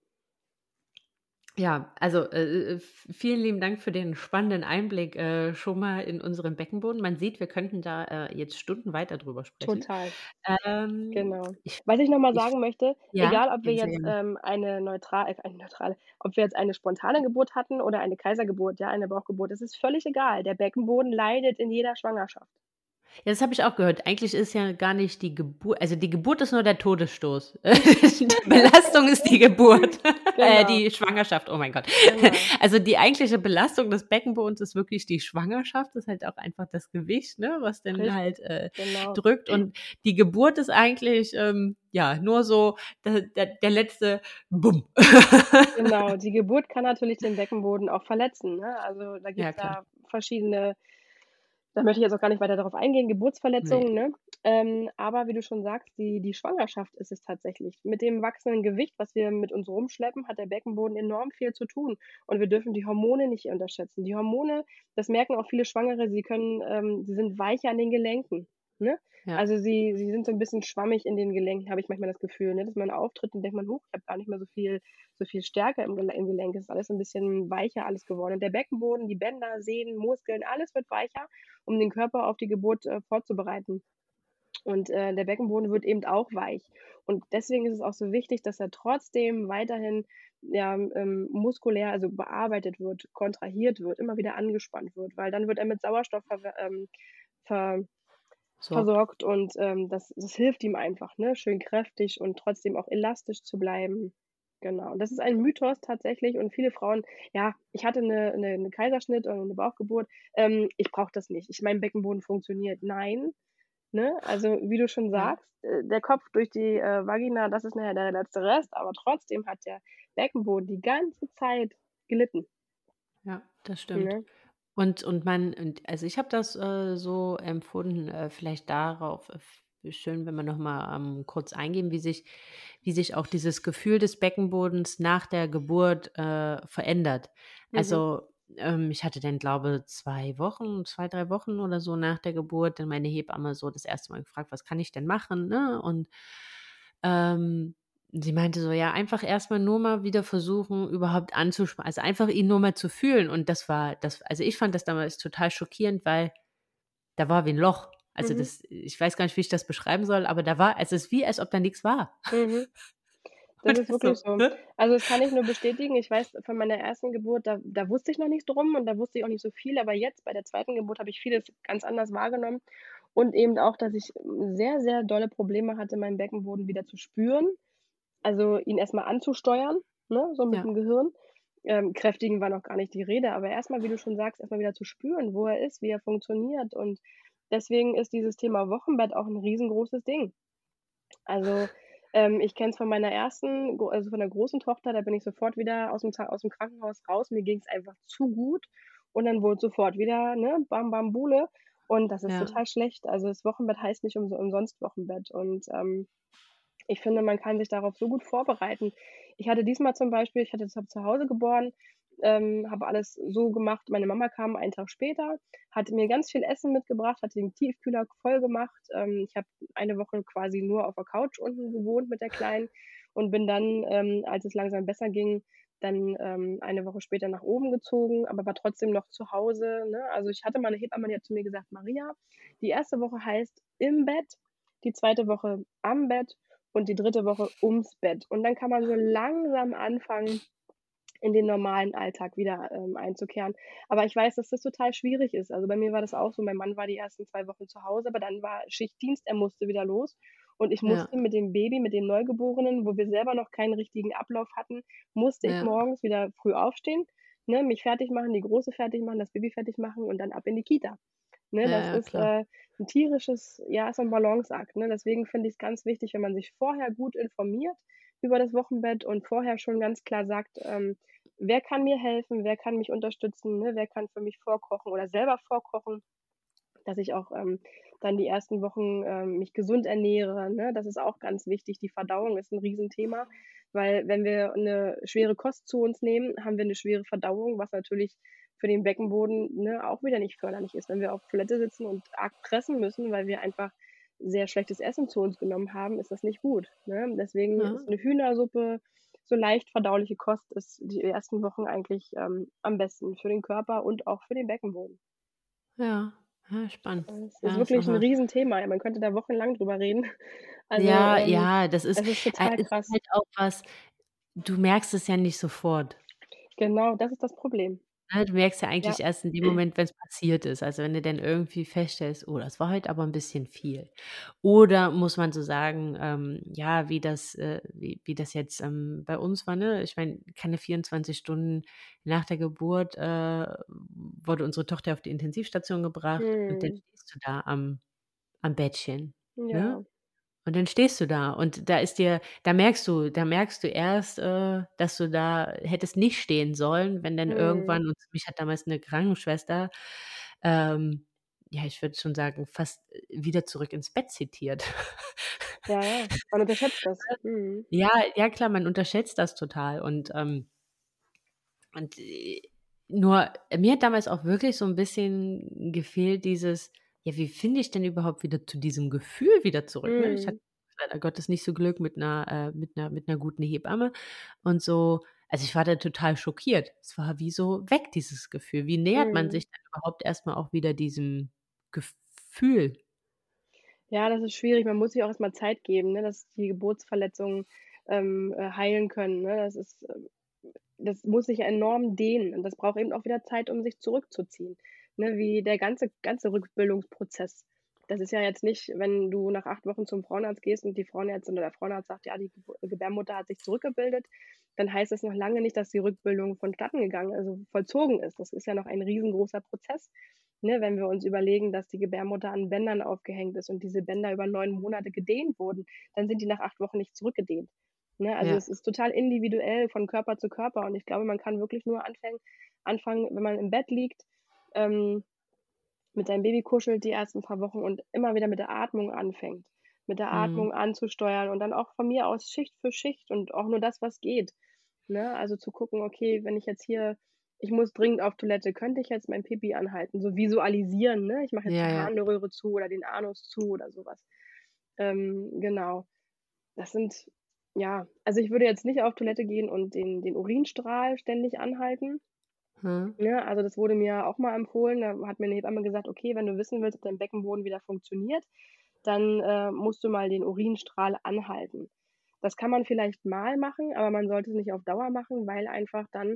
ja, also, äh, äh, v vielen lieben Dank für den spannenden Einblick, äh, schon mal in unseren Beckenboden. Man sieht, wir könnten da, äh, jetzt Stunden weiter drüber sprechen. total. Ähm, Genau. ich Was ich noch mal ich sagen möchte, ja, egal ob wir ja, sehr jetzt, gerne. ähm, eine neutral äh, eine neutrale ob wir jetzt eine spontane Geburt hatten oder eine Kaisergeburt, ja, eine Bauchgeburt, es ist völlig egal. Der Beckenboden leidet in jeder Schwangerschaft. Ja, das habe ich auch gehört. Eigentlich ist ja gar nicht die Geburt, also, die Geburt ist nur der Todesstoß. Die Belastung ist die Geburt, äh, Genau, die Schwangerschaft, oh mein Gott. genau. Also, die eigentliche Belastung des Beckenbodens ist wirklich die Schwangerschaft, das ist halt auch einfach das Gewicht, ne, was dann Richtig, halt, äh, genau. drückt. Und die Geburt ist eigentlich, ähm, ja, nur so der der der letzte Bumm. Genau, die Geburt kann natürlich den Beckenboden auch verletzen, ne? Also, da Ja, gibt's klar. ja verschiedene da möchte ich jetzt auch gar nicht weiter darauf eingehen, Ne. Geburtsverletzungen, ne? Ähm, aber wie du schon sagst, die die Schwangerschaft ist es tatsächlich. Mit dem wachsenden Gewicht, was wir mit uns rumschleppen, hat der Beckenboden enorm viel zu tun. Und wir dürfen die Hormone nicht unterschätzen. Die Hormone, das merken auch viele Schwangere, sie können ähm, sie sind weicher an den Gelenken. ne? Ja. Also, sie sie sind so 'n bisschen schwammig in den Gelenken, habe ich manchmal das Gefühl, ne, dass man auftritt und denkt man: „Huch, ich habe gar nicht mehr so viel so viel Stärke im Gele im Gelenk.“ Es ist alles so 'n bisschen weicher alles geworden. Und der Beckenboden, die Bänder, Sehnen, Muskeln, alles wird weicher, um den Körper auf die Geburt, äh, vorzubereiten. Und, äh, der Beckenboden wird eben auch weich. Und deswegen ist es auch so wichtig, dass er trotzdem weiterhin, ja, ähm, muskulär, also bearbeitet wird, kontrahiert wird, immer wieder angespannt wird, weil dann wird er mit Sauerstoff verw ähm, ver Sorgt. versorgt und, ähm, das das hilft ihm einfach, ne, schön kräftig und trotzdem auch elastisch zu bleiben. Genau. Und das ist ein Mythos tatsächlich und viele Frauen ja, ich hatte 'ne 'ne 'ne Kaiserschnitt oder 'ne Bauchgeburt, ähm, ich brauche das nicht. Ich mein Beckenboden funktioniert. Nein, ne? Also, wie du schon Ja. sagst, äh, der Kopf durch die, äh, Vagina, das ist nachher der letzte Rest, aber trotzdem hat der Beckenboden die ganze Zeit gelitten, Ja, das stimmt. ne? Und und man und also, ich habe das, äh, so empfunden, äh, vielleicht darauf äh, f schön, wenn wir noch mal, ähm, kurz eingehen, wie sich wie sich auch dieses Gefühl des Beckenbodens nach der Geburt, äh, verändert. Mhm, Also, ähm, ich hatte dann, glaube, zwei Wochen zwei, drei Wochen oder so nach der Geburt dann meine Hebamme so das erste Mal gefragt: „Was kann ich denn machen“, ne? Und, ähm sie meinte so: „Ja, einfach erst mal nur mal wieder versuchen, überhaupt anzuspannen, also, einfach ihn nur mal zu fühlen.“ Und das war das also, ich fand das damals total schockierend, weil da war wie 'n Loch. Also, mhm, das ich weiß gar nicht, wie ich das beschreiben soll, aber da war es ist wie, als ob da nix war. mhm. Das Und ist das wirklich so, so. ne? Also, das kann ich nur bestätigen. Ich weiß von meiner ersten Geburt, da da wusste ich noch nichts drum und da wusste ich auch nicht so viel, aber jetzt bei der zweiten Geburt habe ich vieles ganz anders wahrgenommen und eben auch, dass ich, hm, sehr, sehr dolle Probleme hatte, meinen Beckenboden wieder zu spüren, also, ihn erst mal anzusteuern, ne, so mit Ja, dem Gehirn. Ähm, kräftigen war noch gar nicht die Rede, aber erst mal, wie du schon sagst, erst mal wieder zu spüren, wo er ist, wie er funktioniert und deswegen ist dieses Thema Wochenbett auch 'n riesengroßes Ding. Also, ähm, ich kenne es von meiner ersten gro also, von der großen Tochter, da bin ich sofort wieder aus'm Za aus'm Krankenhaus raus. Mir ging's einfach zu gut und dann wurde sofort wieder, ne, bam bam Bule und das ist ja, total schlecht. Also, das Wochenbett heißt nicht umso umsonst Wochenbett und, ähm, ich finde, man kann sich darauf so gut vorbereiten. Ich hatte diesmal zum Beispiel ich hatte das habe zu Hause geboren, ähm, habe alles so gemacht meine Mama kam einen Tag später, hat mir ganz viel Essen mitgebracht, hat den Tiefkühler voll gemacht. Ähm, ich habe eine Woche quasi nur auf der Couch unten gewohnt mit der Kleinen und bin dann, ähm, als es langsam besser ging, dann, ähm, eine Woche später nach oben gezogen, aber war trotzdem noch zu Hause, ne? Also, ich hatte mal 'ne Hebamme, die hat zu mir gesagt: „Maria, die erste Woche heißt im Bett, die zweite Woche am Bett und die dritte Woche ums Bett.“ Und dann kann man so langsam anfangen, in den normalen Alltag wieder, ähm, einzukehren. Aber ich weiß, dass das total schwierig ist. Also, bei mir war das auch so. Mein Mann war die ersten zwei Wochen zu Hause, aber dann war Schichtdienst, er musste wieder los und ich ja, musste mit dem Baby, mit dem Neugeborenen, wo wir selber noch keinen richtigen Ablauf hatten, musste ich ja, morgens wieder früh aufstehen, ne, mich fertig machen, die Große fertig machen, das Baby fertig machen und dann ab in die Kita. Ne, ja, das ja, ist, klar. äh, 'n tierisches ja, ist so 'n Balanceakt, ne? Deswegen finde ich's ganz wichtig, wenn man sich vorher gut informiert über das Wochenbett und vorher schon ganz klar sagt, ähm: „Wer kann mir helfen? Wer kann mich unterstützen, ne? Wer kann für mich vorkochen oder selber vorkochen?“ Dass ich auch, ähm, dann die ersten Wochen, ähm, mich gesund ernähre, ne? Das ist auch ganz wichtig. Die Verdauung ist 'n Riesenthema, weil wenn wir 'ne schwere Kost zu uns nehmen, haben wir 'ne schwere Verdauung, was natürlich für den Beckenboden, ne, auch wieder nicht förderlich ist. Wenn wir auf Toilette sitzen und arg pressen müssen, weil wir einfach sehr schlechtes Essen zu uns genommen haben, ist das nicht gut, ne? Deswegen Ja, ist 'ne Hühnersuppe, so leicht verdauliche Kost ist die ersten Wochen eigentlich, ähm, am besten für den Körper und auch für den Beckenboden. ja, ja, spannend. Es ist Ja, ist noch wirklich 'n mal Riesenthema. Ja, man könnte da wochenlang drüber reden. Also, ja, ähm, ja, das ist es ist äh, total es ist krass. halt auch was du merkst es ja nicht sofort. Genau, das ist das Problem. Ne, du merkst ja Ja. eigentlich erst in dem Moment, wenn's passiert ist. Also, wenn du dann irgendwie feststellst: „Oh, das war heute aber 'n bisschen viel.“ Oder muss man so sagen, ähm, ja, wie das äh, wie wie das jetzt, ähm, bei uns war, ne? Ich meine, keine vierundzwanzig Stunden nach der Geburt, äh, wurde unsere Tochter auf die Intensivstation gebracht und dann Mhm. stehst du da am am Bettchen, ne? Ja. Und dann stehst du da und da ist dir da merkst du da merkst du erst, äh, dass du da hättest nicht stehen sollen, wenn dann Mhm. irgendwann und mich hat damals 'ne Krankenschwester, ähm, ja, ich würde schon sagen, fast, äh, wieder zurück ins Bett zitiert. Ja, ja, man unterschätzt das. Mhm. Ja, ja klar, man unterschätzt das total und, ähm und, äh, nur mir hat damals auch wirklich so 'n bisschen gefehlt dieses ja, wie finde ich denn überhaupt wieder zu diesem Gefühl wieder zurück, ne? Ich hatte Mhm. leider Gottes nicht so Glück mit 'ner äh, mit 'ner mit 'ner guten Hebamme und so also, ich war da total schockiert. Es war wie so weg, dieses Gefühl. Wie nähert man Mhm. sich dann überhaupt erst mal auch wieder diesem Gefühl? Ja, das ist schwierig. Man muss sich auch erst mal Zeit geben, ne, dass die Geburtsverletzungen, ähm, äh, heilen können, ne? Das ist, ähm das muss sich enorm dehnen und das braucht eben auch wieder Zeit, um sich zurückzuziehen, ne, wie der ganze ganze Rückbildungsprozess. Das ist ja jetzt nicht, wenn du nach acht Wochen zum Frauenarzt gehst und die Frauenärztin oder der Frauenarzt sagt: „Ja, die Gebur Gebärmutter hat sich zurückgebildet“, dann heißt das noch lange nicht, dass die Rückbildung vonstatten gegangen also, vollzogen ist. Das ist ja noch ein riesengroßer Prozess, ne, wenn wir uns überlegen, dass die Gebärmutter an Bändern aufgehängt ist und diese Bänder über neun Monate gedehnt wurden, dann sind die nach acht Wochen nicht zurückgedehnt, ne? Also, Ja. es ist total individuell von Körper zu Körper und ich glaube, man kann wirklich nur anfängen anfangen, wenn man im Bett liegt, ähm, mit seinem Baby kuschelt die ersten paar Wochen und immer wieder mit der Atmung anfängt, mit der Mhm. Atmung anzusteuern und dann auch von mir aus Schicht für Schicht und auch nur das, was geht, ne? Also, zu gucken: „Okay, wenn ich jetzt hier ich muss dringend auf Toilette, könnte ich jetzt mein Pipi anhalten?“ So visualisieren, ne? Ich mache jetzt Ja, die ja. Harnröhre zu oder den Anus zu oder so was. Ähm, genau. Das sind ja, also, ich würde jetzt nicht auf Toilette gehen und den den Urinstrahl ständig anhalten, Mhm. ne? Also, das wurde mir auch mal empfohlen. Da hat mir 'ne Hebamme gesagt: „Okay, wenn du wissen willst, ob dein Beckenboden wieder funktioniert, dann, äh, musst du mal den Urinstrahl anhalten.“ Das kann man vielleicht mal machen, aber man sollte es nicht auf Dauer machen, weil einfach dann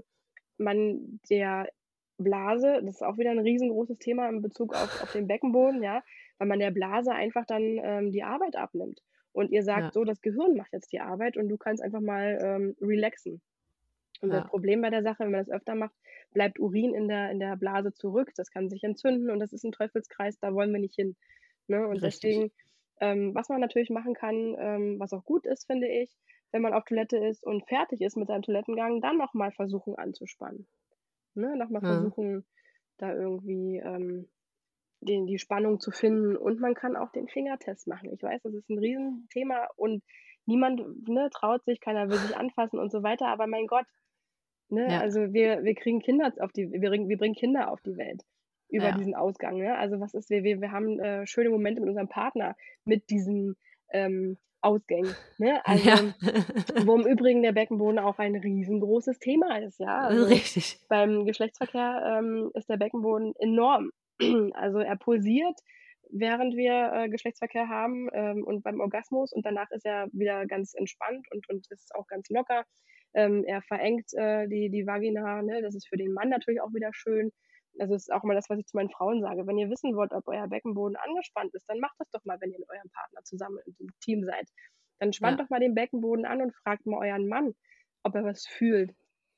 man der Blase das ist auch wieder 'n riesengroßes Thema in Bezug auf auf den Beckenboden, ja, weil man der Blase einfach dann, ähm, die Arbeit abnimmt und ihr sagt: Ja, „So, das Gehirn macht jetzt die Arbeit und du kannst einfach mal, ähm, relaxen.“ Und das ja, Problem bei der Sache, wenn man das öfter macht, bleibt Urin in der in der Blase zurück. Das kann sich entzünden und das ist 'n Teufelskreis, da wollen wir nicht hin, ne? Und richtig. deswegen, ähm, was man natürlich machen kann, ähm, was auch gut ist, finde ich, wenn man auf Toilette ist und fertig ist mit seinem Toilettengang, dann noch mal versuchen anzuspannen, ne? Noch mal Mhm. versuchen, da irgendwie, ähm, den die Spannung zu finden und man kann auch den Fingertest machen. Ich weiß, das ist 'n Riesenthema und niemand, ne, traut sich, keiner will sich anfassen und so weiter, aber mein Gott, ne, Ja, also wir wir kriegen Kinder auf die wir bringen wir bringen Kinder auf die Welt über ja. diesen Ausgang, ne? Also, was ist wir wir wir haben, äh, schöne Momente mit unserem Partner mit diesen, ähm, Ausgängen, ne? Ja. Also, wo im Übrigen der Beckenboden auch ein riesengroßes Thema ist, ja? Also, Richtig. beim Geschlechtsverkehr, ähm, ist der Beckenboden enorm. Also, er pulsiert, während wir, äh, Geschlechtsverkehr haben, ähm, und beim Orgasmus und danach ist er wieder ganz entspannt und und ist auch ganz locker. Ähm, er verengt, äh, die die Vagina, ne? Das ist für den Mann natürlich auch wieder schön. Also, das ist auch immer das, was ich zu meinen Frauen sage: „Wenn ihr wissen wollt, ob euer Beckenboden angespannt ist, dann macht das doch mal, wenn ihr mit eurem Partner zusammen im Team seid. Dann spannt Ja, doch mal den Beckenboden an und fragt mal euren Mann, ob er was fühlt.“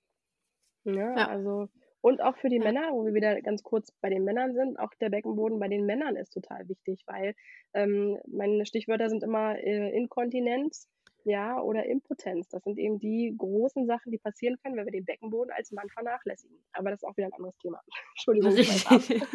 Ne, ja, also und auch für die ja. Männer, wo wir wieder ganz kurz bei den Männern sind, auch der Beckenboden bei den Männern ist total wichtig, weil, ähm, meine Stichwörter sind immer, äh, Inkontinenz, ja, oder Impotenz. Das sind eben die großen Sachen, die passieren können, wenn wir den Beckenboden als Mann vernachlässigen. Aber das ist auch wieder 'n anderes Thema. Entschuldigung, ich schweife ab. Richtig.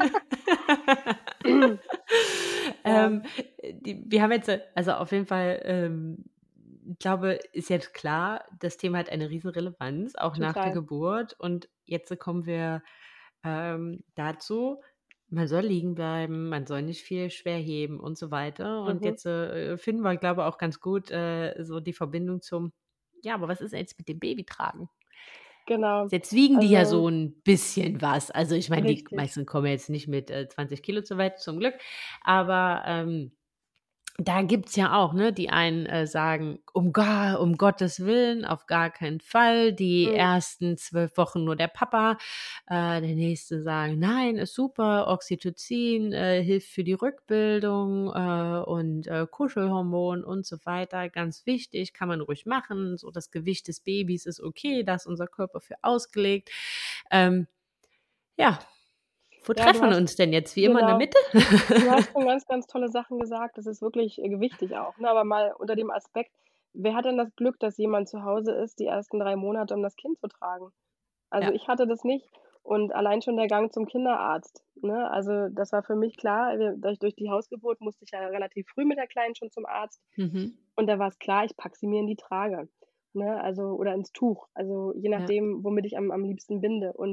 Ja, Ähm, die wir haben jetzt, äh also, auf jeden Fall, ähm, ich glaube, ist jetzt klar, das Thema hat eine Riesenrelevanz, auch nach der total. Geburt. Und jetzt kommen wir, ähm, dazu, man soll liegen bleiben, man soll nicht viel schwer heben und so weiter. Und Mhm, jetzt, äh, finden wir, glaube ich, auch ganz gut, äh, so die Verbindung zum ja, aber was ist denn jetzt mit dem Babytragen? genau. Jetzt wiegen die ja Also so 'n bisschen was. Also, ich meine, die richtig. meisten kommen jetzt nicht mit, äh, zwanzig Kilo zur Welt, zum Glück. Aber, ähm, da gibt's ja auch, ne, die einen, äh, sagen: „Um gar um Gottes Willen, auf gar keinen Fall, die Mhm. ersten zwölf Wochen nur der Papa.“ Äh, der nächste sagen: „Nein, ist super, Oxytocin, äh, hilft für die Rückbildung, äh, und, äh, Kuschelhormon und so weiter. Ganz wichtig, kann man ruhig machen. So das Gewicht des Babys ist okay, da ist unser Körper für ausgelegt.“ Ähm, ja, wo Ja, du treffen wir hast uns denn jetzt? Wie immer in der genau. Mitte? Du hast schon ganz, ganz tolle Sachen gesagt. Das ist wirklich, äh, wichtig auch, ne? Aber mal unter dem Aspekt, wer hat denn das Glück, dass jemand zu Hause ist, die ersten drei Monate, um das Kind zu tragen? Also, Ja, ich hatte das nicht und allein schon der Gang zum Kinderarzt, ne? Also, das war für mich klar, wir durch durch die Hausgeburt musste ich ja relativ früh mit der Kleinen schon zum Arzt mhm, und da war's klar, ich packe sie mir in die Trage, ne? Also oder ins Tuch, also je ja, nachdem, womit ich am am liebsten binde. Und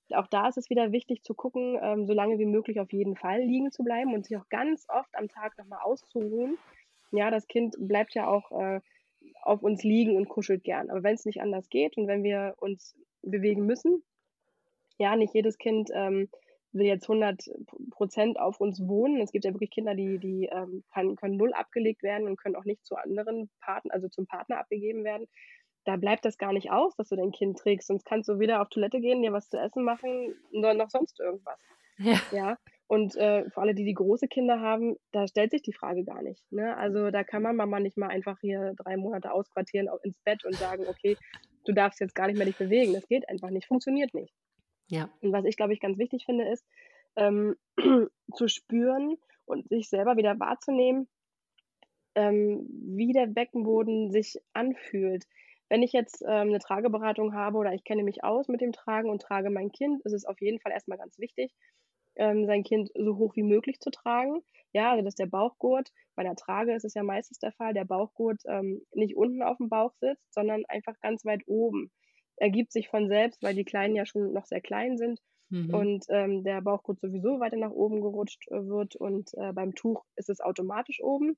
auch da ist es wieder wichtig zu gucken, ähm, so lange wie möglich auf jeden Fall liegen zu bleiben und sich auch ganz oft am Tag noch mal auszuruhen. Ja, das Kind bleibt ja auch, äh, auf uns liegen und kuschelt gern. Aber wenn's nicht anders geht und wenn wir uns bewegen müssen, ja, nicht jedes Kind, ähm, will jetzt hundert Prozent auf uns wohnen. Es gibt ja wirklich Kinder, die die, ähm, kann können null abgelegt werden und können auch nicht zu anderen Partn also zum Partner abgegeben werden. Da bleibt das gar nicht aus, dass du dein Kind trägst, sonst kannst du weder auf Toilette gehen, dir was zu essen machen, no noch sonst irgendwas. Ja. Ja, und, äh, für alle, die die große Kinder haben, da stellt sich die Frage gar nicht, ne? Also, da kann man Mama nicht mal einfach hier drei Monate ausquartieren au ins Bett und sagen: „Okay, du darfst jetzt gar nicht mehr dich bewegen.“ Das geht einfach nicht, funktioniert nicht. Ja. Und was ich, glaube ich, ganz wichtig finde, ist, ähm, zu spüren und sich selber wieder wahrzunehmen, ähm, wie der Beckenboden sich anfühlt. Wenn ich jetzt, ähm, 'ne Trageberatung habe oder ich kenne mich aus mit dem Tragen und trage mein Kind, ist es auf jeden Fall erst mal ganz wichtig, ähm, sein Kind so hoch wie möglich zu tragen. Ja, also dass der Bauchgurt bei der Trage ist es ja meistens der Fall, der Bauchgurt, ähm, nicht unten aufm Bauch sitzt, sondern einfach ganz weit oben. Ergibt sich von selbst, weil die Kleinen ja schon noch sehr klein sind Mhm. und, ähm, der Bauchgurt sowieso weiter nach oben gerutscht, äh, wird und, äh, beim Tuch ist es automatisch oben.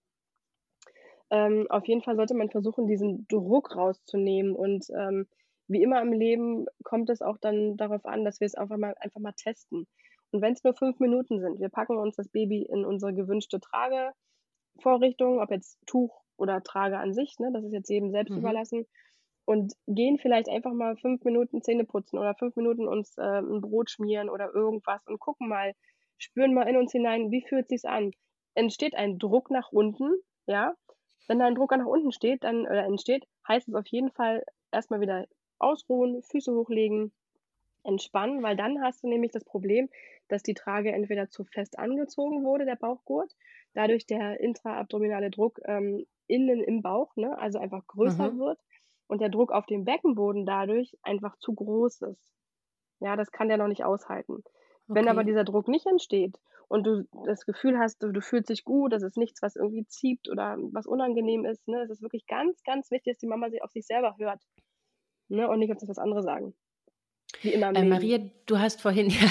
Ähm, auf jeden Fall sollte man versuchen, diesen Druck rauszunehmen und, ähm, wie immer im Leben kommt es auch dann darauf an, dass wir's einfach mal einfach mal testen. Und wenn's nur fünf Minuten sind, wir packen uns das Baby in unsere gewünschte Tragevorrichtung, ob jetzt Tuch oder Trage an sich, ne, das ist jetzt jedem selbst Mhm. überlassen und gehen vielleicht einfach mal fünf Minuten Zähne putzen oder fünf Minuten uns, äh, 'n Brot schmieren oder irgendwas und gucken mal, spüren mal in uns hinein, wie fühlt sich's an? Entsteht ein Druck nach unten, ja? Wenn da ein Druck nach unten steht, dann oder entsteht, heißt es auf jeden Fall erst mal wieder ausruhen, Füße hochlegen, entspannen, weil dann hast du nämlich das Problem, dass die Trage entweder zu fest angezogen wurde, der Bauchgurt, dadurch der intraabdominale Druck, ähm, innen im Bauch, ne, also einfach größer Mhm. wird und der Druck auf dem Beckenboden dadurch einfach zu groß ist. Ja, das kann der noch nicht aushalten. Wenn aber Okay. dieser Druck nicht entsteht und du das Gefühl hast, du du fühlst dich gut, das ist nichts, was irgendwie zieht oder was unangenehm ist, ne? Es ist wirklich ganz, ganz wichtig, dass die Mama sich auf sich selber hört, ne, und nicht auf das, was andere sagen. Wie immer im Äh, Leben. Maria, du hast vorhin ja,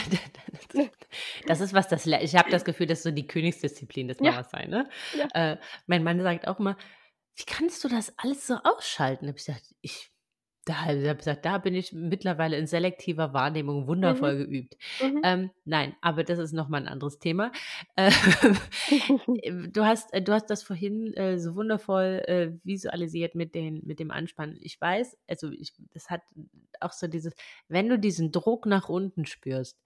das ist was, das lä ich habe das Gefühl, das ist so die Königsdisziplin des Ja, Mama-Sein, ne? ja. Äh, mein Mann sagt auch immer: „Wie kannst du das alles so ausschalten?“ Habe ich gesagt: „Ich da“ habe ich gesagt: „Da bin ich mittlerweile in selektiver Wahrnehmung Mhm, wundervoll geübt.“ mhm. Ähm, nein, aber das ist noch mal 'n anderes Thema. Ähm, ähm, du hast äh, du hast das vorhin, äh, so wundervoll, äh, visualisiert mit den mit dem Anspannen. Ich weiß, also, ich das hat auch so dieses wenn du diesen Druck nach unten spürst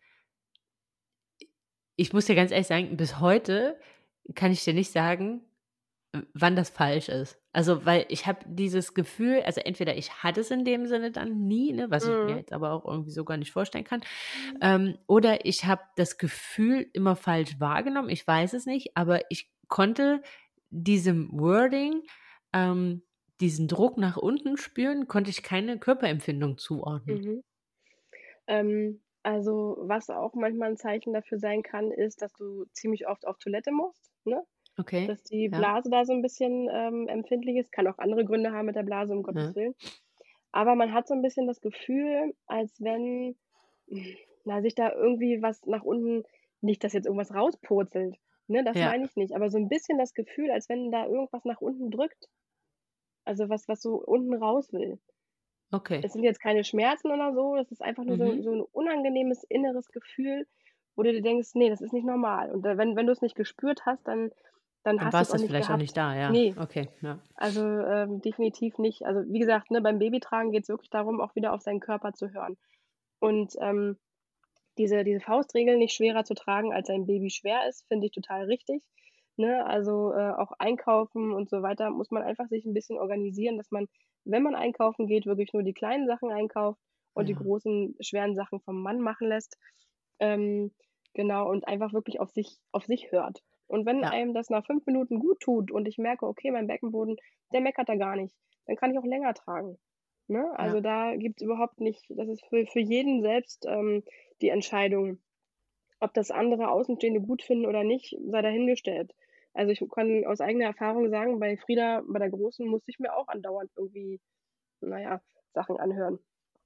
ich muss dir ganz ehrlich sagen, bis heute kann ich dir nicht sagen, w wann das falsch ist. Also, weil ich habe dieses Gefühl also, entweder ich hatte es in dem Sinne dann nie, ne, was ich mir Mhm. jetzt aber auch irgendwie so gar nicht vorstellen kann, ähm, oder ich habe das Gefühl immer falsch wahrgenommen. Ich weiß es nicht, aber ich konnte diesem Wording, ähm, diesen Druck nach unten spüren, konnte ich keine Körperempfindung zuordnen. Mhm. Ähm, also, was auch manchmal 'n Zeichen dafür sein kann, ist, dass du ziemlich oft auf Toilette musst, ne? Okay, Dass die ja. Blase da so 'n bisschen, ähm, empfindlich ist. Kann auch andere Gründe haben mit der Blase, um Gottes Ja. Willen. Aber man hat so 'n bisschen das Gefühl, als wenn, na, sich da irgendwie was nach unten nicht, dass jetzt irgendwas rauspurzelt, ne, das Ja. meine ich nicht, aber so 'n bisschen das Gefühl, als wenn da irgendwas nach unten drückt. Also, was was so unten raus will. Okay. Es sind jetzt keine Schmerzen oder so, es ist einfach nur so Mhm. so 'n unangenehmes inneres Gefühl, wo du dir denkst: „Ne, das ist nicht normal.“ Und, äh, wenn wenn du's nicht gespürt hast, dann dann Dann hast du's war's auch das nicht vielleicht auch nicht gehabt. da, ja. Ne, Okay, ja. also, ähm, definitiv nicht. Also, wie gesagt, ne, beim Babytragen geht's wirklich darum, auch wieder auf seinen Körper zu hören. Und, ähm, diese diese Faustregel, nicht schwerer zu tragen, als ein Baby schwer ist, finde ich total richtig, ne? Also, äh, auch einkaufen und so weiter muss man einfach sich 'n bisschen organisieren, dass man, wenn man einkaufen geht, wirklich nur die kleinen Sachen einkauft und die Ja. großen, schweren Sachen vom Mann machen lässt. Ähm, genau, und einfach wirklich auf sich auf sich hört. Und wenn Ja. einem das nach fünf Minuten guttut und ich merke: „Okay, mein Beckenboden, der meckert da gar nicht“, dann kann ich auch länger tragen, ne? Also, Ja. da gibt's überhaupt nicht das ist für für jeden selbst, ähm, die Entscheidung. Ob das andere Außenstehende gut finden oder nicht, sei dahingestellt. Also, ich kann aus eigener Erfahrung sagen, bei Frieda, bei der Großen, musste ich mir auch andauernd irgendwie, na ja, Sachen anhören.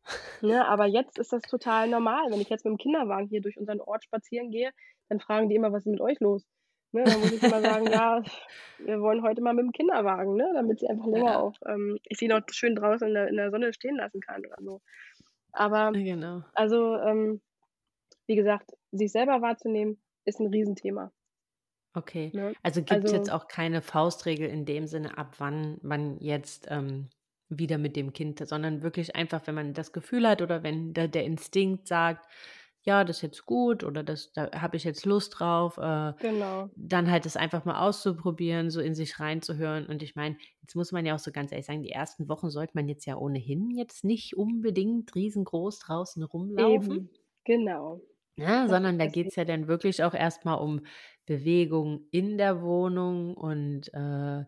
Ne, aber jetzt ist das total normal. Wenn ich jetzt mit dem Kinderwagen hier durch unseren Ort spazieren gehe, dann fragen die immer: „Was ist mit euch los?“ Ne, dann muss ich immer sagen: „Ja, wir wollen heute mal mit dem Kinderwagen“, ne, damit sie einfach länger Ja, auch ähm, ich sie noch schön draußen in der in der Sonne stehen lassen kann oder so. Aber genau. also, ähm, wie gesagt, sich selber wahrzunehmen, ist 'n Riesenthema, Okay. ne? Also gibt's jetzt Also auch keine Faustregel in dem Sinne, ab wann man jetzt, ähm, wieder mit dem Kind sondern wirklich einfach, wenn man das Gefühl hat oder wenn da der Instinkt sagt: „Ja, das ist jetzt gut“ oder „das da habe ich jetzt Lust drauf“, äh, genau, dann halt das einfach mal auszuprobieren, so in sich reinzuhören. Und ich meine, jetzt muss man ja auch so ganz ehrlich sagen, die ersten Wochen sollte man jetzt ja ohnehin jetzt nicht unbedingt riesengroß draußen rumlaufen. eben, genau. Ne, Das sondern da deswegen geht's ja dann wirklich auch erst mal um Bewegung in der Wohnung und, äh,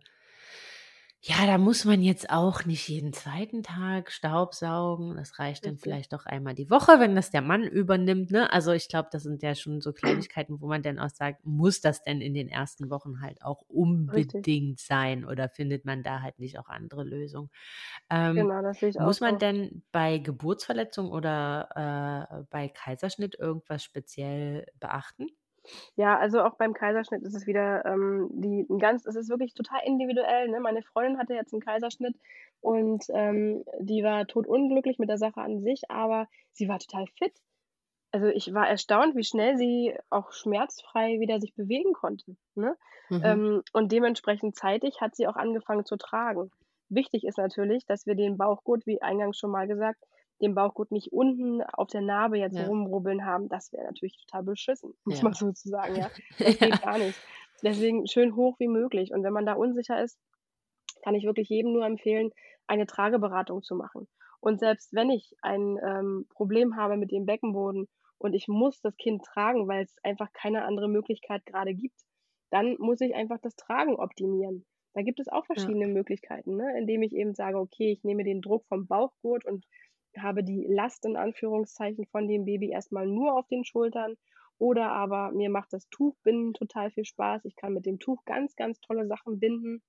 ja, da muss man jetzt auch nicht jeden zweiten Tag staubsaugen. Das reicht dann richtig. vielleicht auch einmal die Woche, wenn das der Mann übernimmt, ne? Also, ich glaube, das sind ja schon so Kleinigkeiten, wo man dann auch sagt: „Muss das denn in den ersten Wochen halt auch Richtig, unbedingt sein oder findet man da halt nicht auch andere Lösungen?“ Ähm, genau, das sehe ich auch Muss man so. denn bei Geburtsverletzung oder, äh, bei Kaiserschnitt irgendwas speziell beachten? Ja, also auch beim Kaiserschnitt ist es wieder, ähm, die 'n ganz es ist wirklich total individuell, ne? Meine Freundin hatte jetzt 'n Kaiserschnitt und, ähm, die war totunglücklich mit der Sache an sich, aber sie war total fit. Also, ich war erstaunt, wie schnell sie auch schmerzfrei wieder sich bewegen konnte, ne? Mhm. Ähm, und dementsprechend zeitig hat sie auch angefangen zu tragen. Wichtig ist natürlich, dass wir den Bauchgurt, wie eingangs schon mal gesagt, den Bauchgurt nicht unten auf der Narbe jetzt Ja, rumrubbeln haben. Das wäre natürlich total beschissen, muss man ja. so zu sagen, ja. Das geht Ja. gar nicht. Deswegen schön hoch wie möglich. Und wenn man da unsicher ist, kann ich wirklich jedem nur empfehlen, eine Trageberatung zu machen. Und selbst wenn ich ein, ähm, Problem habe mit dem Beckenboden und ich muss das Kind tragen, weil es einfach keine andere Möglichkeit gerade gibt, dann muss ich einfach das Tragen optimieren. Da gibt es auch Ja. verschiedene Möglichkeiten, ne, indem ich eben sage: „Okay, ich nehme den Druck vom Bauchgurt und habe die Last in Anführungszeichen von dem Baby erstmal nur auf den Schultern.“ Oder aber mir macht das Tuchbinden total viel Spaß. Ich kann mit dem Tuch ganz, ganz tolle Sachen binden,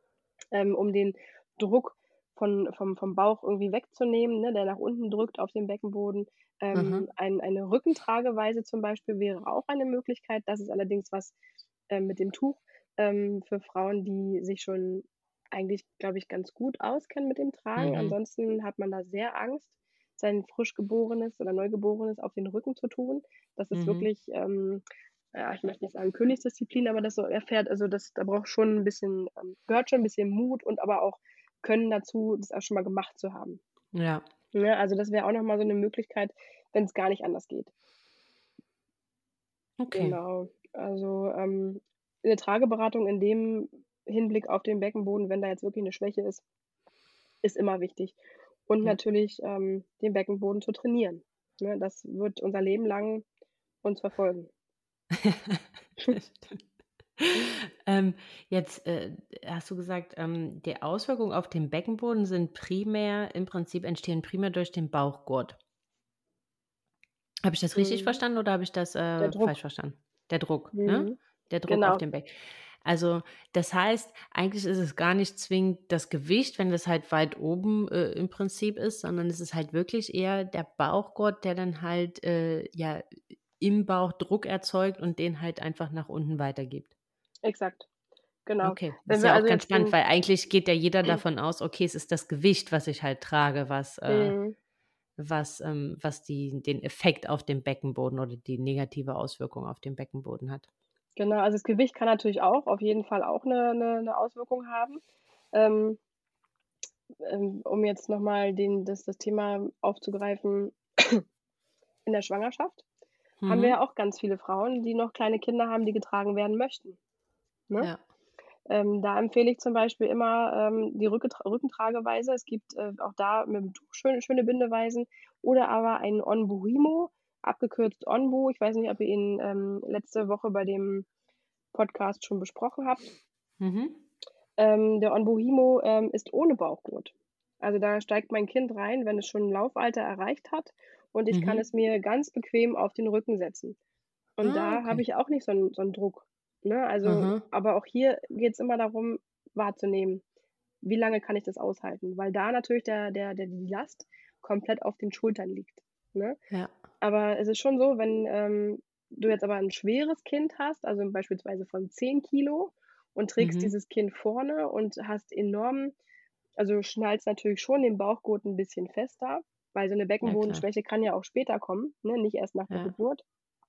ähm, um den Druck von vom vom Bauch irgendwie wegzunehmen, ne, der nach unten drückt auf den Beckenboden. Mhm. Ähm, ein eine Rückentrageweise zum Beispiel wäre auch eine Möglichkeit. Das ist allerdings was, ähm, mit dem Tuch, ähm, für Frauen, die sich schon eigentlich, glaube ich, ganz gut auskennen mit dem Tragen. Mhm. Ansonsten hat man da sehr Angst, sein frisch Geborenes oder Neugeborenes auf den Rücken zu tun. Das ist Mhm. wirklich, ähm ja, ich möchte nicht sagen Königsdisziplin, aber das so erfährt also, das da braucht schon 'n bisschen ähm, gehört schon 'n bisschen Mut und aber auch Können dazu, das auch schon mal gemacht zu haben, Ja, ne? Also, das wäre auch noch mal so 'ne Möglichkeit, wenn's gar nicht anders geht. okay. Genau. Also, ähm, 'ne Trageberatung in dem Hinblick auf den Beckenboden, wenn da jetzt wirklich 'ne Schwäche ist, ist immer wichtig. Und Ja. natürlich, ähm, den Beckenboden zu trainieren, ne? Das wird unser Leben lang uns verfolgen. Das stimmt. Ähm, jetzt, äh, hast du gesagt, ähm, die Auswirkungen auf den Beckenboden sind primär im Prinzip entstehen primär durch den Bauchgurt. Habe ich das richtig Mhm. verstanden oder habe ich das, Der äh, falsch Druck. verstanden? Der Druck, ne? Mhm. Der Druck auf Genau. dem Becken. Also, das heißt, eigentlich ist es gar nicht zwingend das Gewicht, wenn das halt weit oben, äh, im Prinzip ist, sondern es ist halt wirklich eher der Bauchgurt, der dann halt, äh, ja, im Bauch Druck erzeugt und den halt einfach nach unten weitergibt. Exakt, genau. Okay, das Wenn ist wir ja auch also ganz jetzt spannend, den weil eigentlich geht ja jeder davon aus: „Okay, es ist das Gewicht, was ich halt trage, was, äh mhm, was, ähm was die den Effekt auf den Beckenboden oder die negative Auswirkung auf den Beckenboden hat.“ genau, also das Gewicht kann natürlich auch auf jeden Fall auch 'ne 'ne 'ne Auswirkung haben. Ähm, ähm, um jetzt noch mal den das das Thema aufzugreifen, in der Schwangerschaft haben wir Mhm. ja auch ganz viele Frauen, die noch kleine Kinder haben, die getragen werden möchten, ne? Ja. Ähm, da empfehle ich zum Beispiel immer, ähm, die Rücketra Rückentrageweise. Es gibt, äh, auch da mit dem Tuch schöne schöne Bindeweisen oder aber ein On-Burimo, abgekürzt On-Bu. Ich weiß nicht, ob ihr ihn, ähm, letzte Woche bei dem Podcast schon besprochen habt. Mhm. Ähm, der On-Burimo, ähm, ist ohne Bauchgurt. Also, da steigt mein Kind rein, wenn es schon 'n Laufalter erreicht hat und ich kann Mhm. es mir ganz bequem auf den Rücken setzen. Und Ah, da habe okay. ich auch nicht so 'n so 'n Druck, ne? Also Aha. aber auch hier geht's immer darum, wahrzunehmen, wie lange kann ich das aushalten? Weil da natürlich der der der die Last komplett auf den Schultern liegt, ne? Ja. Aber es ist schon so, wenn, ähm, du jetzt aber 'n schweres Kind hast, also beispielsweise von zehn Kilo und trägst Mhm. dieses Kind vorne und hast enorm also, du schnallst natürlich schon den Bauchgurt 'n bisschen fester, weil so 'ne Ja, klar. Beckenbodenschwäche kann ja auch später kommen, ne, nicht erst nach der Ja. Geburt.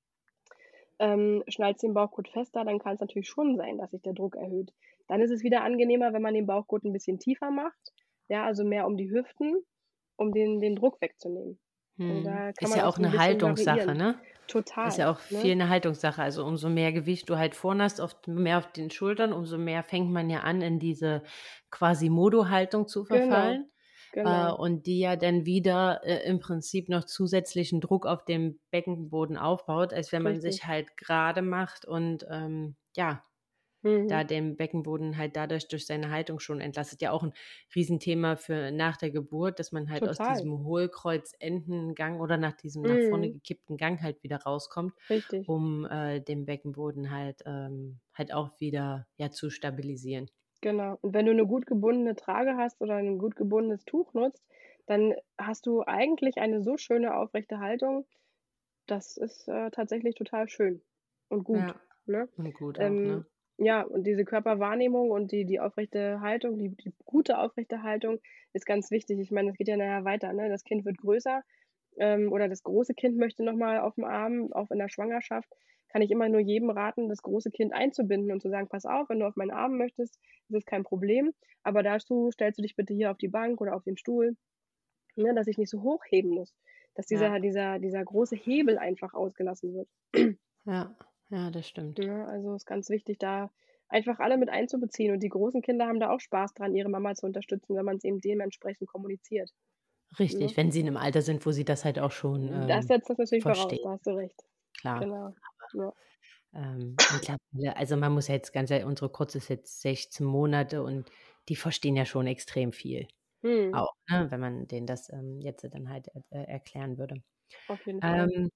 Ähm, schnallst den Bauchgurt fester, dann kann's natürlich schon sein, dass sich der Druck erhöht. Dann ist es wieder angenehmer, wenn man den Bauchgurt 'n bisschen tiefer macht, ja, also mehr um die Hüften, um den den Druck wegzunehmen. Also, Mhm. da kann Ist man ja auch auch so 'n 'ne bisschen Haltungssache, variieren. ne? Ist Total, ja auch ne? viel 'ne Haltungssache. Also, umso mehr Gewicht du halt vorne hast, oft mehr auf den Schultern, umso mehr fängt man ja an, in diese Quasimodo-Haltung zu Genau, verfallen, äh, genau. und die ja dann wieder, äh, im Prinzip noch zusätzlichen Druck auf dem Beckenboden aufbaut, als wenn man Richtig. sich halt grade macht und, ähm, ja, da Mhm. den Beckenboden halt dadurch durch seine Haltung schon entlastet. Ja auch 'n Riesenthema für nach der Geburt, dass man halt aus Total. diesem Hohlkreuz-Entengang oder nach diesem nach vorne Mhm. gekippten Gang halt wieder rauskommt, Richtig. um, äh, den Beckenboden halt ähm, halt auch wieder, ja, zu stabilisieren. Genau. Und wenn du 'ne gut gebundene Trage hast oder 'n gut gebundenes Tuch nutzt, dann hast du eigentlich eine so schöne aufrechte Haltung. Das ist, äh, tatsächlich total schön und gut, Ja, ne? und gut auch, Ähm, ne? ja, und diese Körperwahrnehmung und die die aufrechte Haltung, die die gute aufrechte Haltung ist ganz wichtig. Ich meine, das geht ja nachher weiter, ne? Das Kind wird größer, ähm, oder das große Kind möchte noch mal auf'm Arm, auch in der Schwangerschaft. Kann ich immer nur jedem raten, das große Kind einzubinden und zu sagen: „Pass auf, wenn du auf meinen Arm möchtest, ist es kein Problem, aber dazu stellst du dich bitte hier auf die Bank oder auf den Stuhl“, ne, dass ich nicht so hochheben muss, dass Ja. dieser dieser dieser große Hebel einfach ausgelassen wird. Ja, ja, das stimmt. Ne, also ist ganz wichtig, da einfach alle mit einzubeziehen und die großen Kinder haben da auch Spaß dran, ihre Mama zu unterstützen, wenn man's eben dementsprechend kommuniziert, Richtig, ne? wenn sie in 'nem Alter sind, wo sie das halt auch schon, Das ähm, setzt das natürlich voraus, verstehen. da hast du recht. Klar, Genau, ja. aber, ähm, mittlerweile also, man muss ja jetzt ganz ehrlich unsere Kurze ist jetzt sechzehn Monate und die verstehen ja schon extrem viel Mhm. auch, ne, wenn man denen das, ähm, jetzt dann halt, äh, erklären würde. Auf jeden Fall. Ähm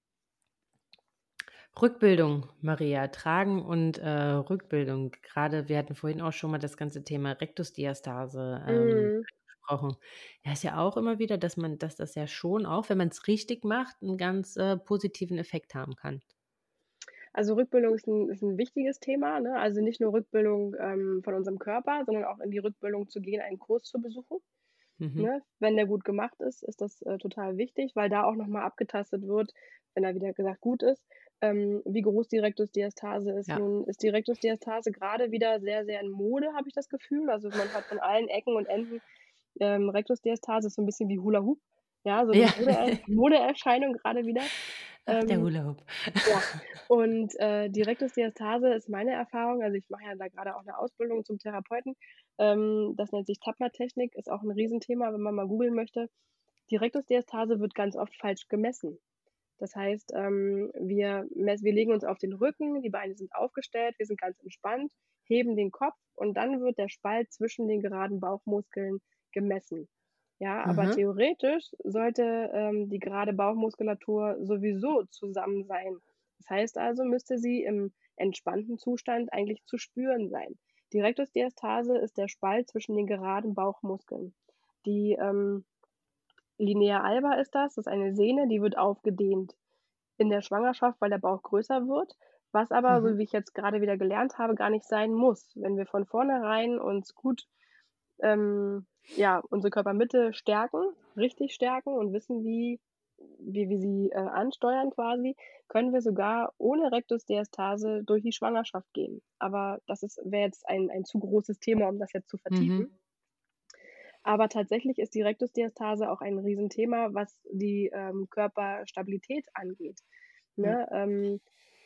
Rückbildung, Maria, Tragen und, äh, Rückbildung. Grade wir hatten vorhin auch schon mal das ganze Thema Rektusdiastase, ähm, Mhm. angesprochen. Ja, ist ja auch immer wieder, dass man dass das ja schon auch, wenn man's richtig macht, 'n ganz, äh, positiven Effekt haben kann. Also, Rückbildung ist 'n ist 'n wichtiges Thema, ne? Also, nicht nur Rückbildung, ähm, von unserem Körper, sondern auch in die Rückbildung zu gehen, einen Kurs zu besuchen, Mhm. ne? Wenn der gut gemacht ist, ist das, äh, total wichtig, weil da auch noch mal abgetastet wird, wenn er, wieder gesagt, gut ist, ähm, wie groß die Rektusdiastase ist. Ja. Nun ist die Rektusdiastase grade wieder sehr, sehr in Mode, habe ich das Gefühl. Also, man hat von allen Ecken und Enden, ähm, Rektusdiastase, ist so 'n bisschen wie Hula Hoop, ja, so 'ne Ja. Mode Modeerscheinung grade wieder. Ach, der Ähm, Hula Hoop. ja, und, äh, die Rektusdiastase ist meine Erfahrung also, ich mache ja da grade auch 'ne Ausbildung zum Therapeuten, ähm, das nennt sich Tap-Mat-Technik, ist auch 'n Riesenthema, wenn man mal googeln möchte. Die Rektusdiastase wird ganz oft falsch gemessen. Das heißt, ähm, wir mess wir legen uns auf den Rücken, die Beine sind aufgestellt, wir sind ganz entspannt, heben den Kopf und dann wird der Spalt zwischen den geraden Bauchmuskeln gemessen. Ja, aber Mhm. theoretisch sollte, ähm, die gerade Bauchmuskulatur sowieso zusammen sein. Das heißt also, müsste sie im entspannten Zustand eigentlich zu spüren sein. Die Rektusdiastase ist der Spalt zwischen den geraden Bauchmuskeln. Die, ähm, Linea alba ist das, das ist eine Sehne, die wird aufgedehnt in der Schwangerschaft, weil der Bauch größer wird, was aber, so Mhm. wie ich jetzt grade wieder gelernt habe, gar nicht sein muss. Wenn wir von vornherein uns gut, ähm, ja, unsere Körpermitte stärken, richtig stärken und wissen, wie wie wir sie, äh, ansteuern quasi, können wir sogar ohne Rektusdiastase durch die Schwangerschaft gehen. Aber das ist wäre jetzt ein ein zu großes Thema, um das jetzt zu vertiefen. Mhm. Aber tatsächlich ist die Rektusdiastase auch ein Riesenthema, was die, ähm, Körperstabilität angeht, Ja. ne? Ähm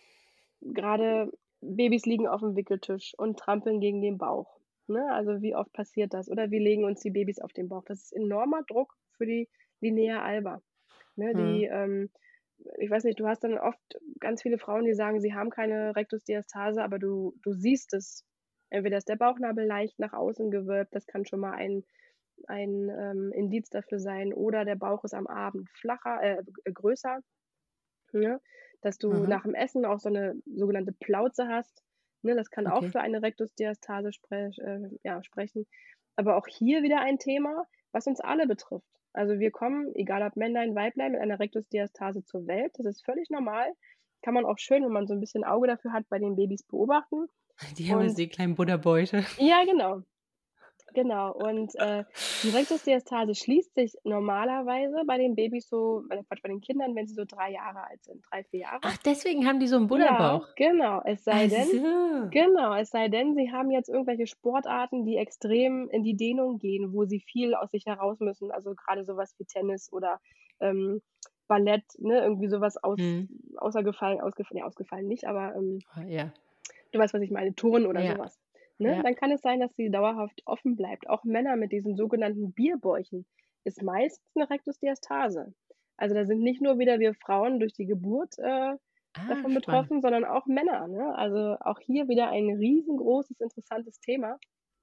grade Babys liegen auf'm Wickeltisch und trampeln gegen den Bauch, ne? Also, wie oft passiert das? Oder wir legen uns die Babys auf den Bauch. Das ist enormer Druck für die Linea alba, ne? Die, Mhm. ähm ich weiß nicht, du hast dann oft ganz viele Frauen, die sagen, sie haben keine Rektusdiastase, aber du du siehst es. Entweder ist der Bauchnabel leicht nach außen gewölbt, das kann schon mal ein ein, ähm, Indiz dafür sein, oder der Bauch ist am Abend flacher äh, g größer, ne? Dass du Mhm. nach'm Essen auch so 'ne sogenannte Plauze hast, ne? Das kann auch Okay. für eine Rektusdiastase sprech äh, ja, sprechen. Aber auch hier wieder ein Thema, was uns alle betrifft. Also, wir kommen, egal ob Männlein, Weiblein, mit einer Rektusdiastase zur Welt. Das ist völlig normal. Kann man auch schön, wenn man so 'n bisschen Auge dafür hat, bei den Babys beobachten. Die haben jetzt Und die kleinen Butterbäuche. ja, genau. Genau. Und, äh, die Rektusdiastase schließt sich normalerweise bei den Babys so äh, Quatsch, bei den Kindern, wenn sie so drei Jahre alt sind, drei, vier Jahre. Ach, deswegen haben die so 'n Ja, Butterbauch. genau. Es sei Ach denn so. genau, es sei denn, sie haben jetzt irgendwelche Sportarten, die extrem in die Dehnung gehen, wo sie viel aus sich heraus müssen. Also, grade so was wie Tennis oder, ähm, Ballett, ne, irgendwie so was aus Mhm. außergefallen ausgef ne, ausgefallen nicht, aber, ähm, Ah, ja. du weißt, was ich meine, Turnen oder so Ja, was, ne? ja. Dann kann es sein, dass sie dauerhaft offen bleibt. Auch Männer mit diesen sogenannten Bierbäuchen ist meistens 'ne Rektusdiastase. Also, da sind nicht nur wieder wir Frauen durch die Geburt, äh, Ah, davon spannend. betroffen, sondern auch Männer, ne? Also, auch hier wieder ein riesengroßes, interessantes Thema.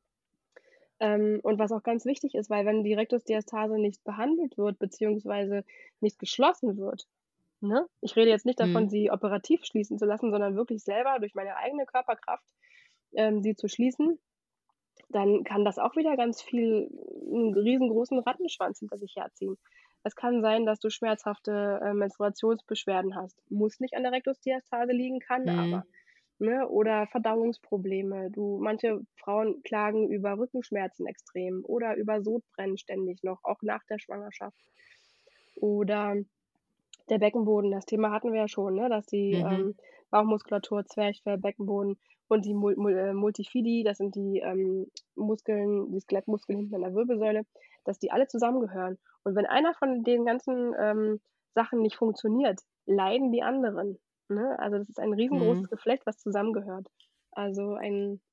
Ähm, und was auch ganz wichtig ist, weil wenn die Rektusdiastase nicht behandelt wird beziehungsweise nicht geschlossen wird, ne? Ich rede jetzt nicht davon, Mhm. sie operativ schließen zu lassen, sondern wirklich selber durch meine eigene Körperkraft, ähm, sie zu schließen, dann kann das auch wieder ganz viel 'n riesengroßen Rattenschwanz hinter sich herziehen. Es kann sein, dass du schmerzhafte, äh, Menstruationsbeschwerden hast. Muss nicht an der Rektusdiastase liegen, kann Mhm. aber, ne? Oder Verdauungsprobleme. Du manche Frauen klagen über Rückenschmerzen extrem oder über Sodbrennen ständig noch, auch nach der Schwangerschaft. Oder der Beckenboden, das Thema hatten wir ja schon, ne, dass die, Mhm. ähm, Bauchmuskulatur, Zwerchfell, Beckenboden und die Mul Mul äh, Multifidi, das sind die, ähm, Muskeln die Skelettmuskeln hinten an der Wirbelsäule, dass die alle zusammengehören. Und wenn einer von den ganzen, ähm, Sachen nicht funktioniert, leiden die anderen, ne? Also, das ist ein Mhm. riesengroßes Geflecht, was zusammengehört. Also, ein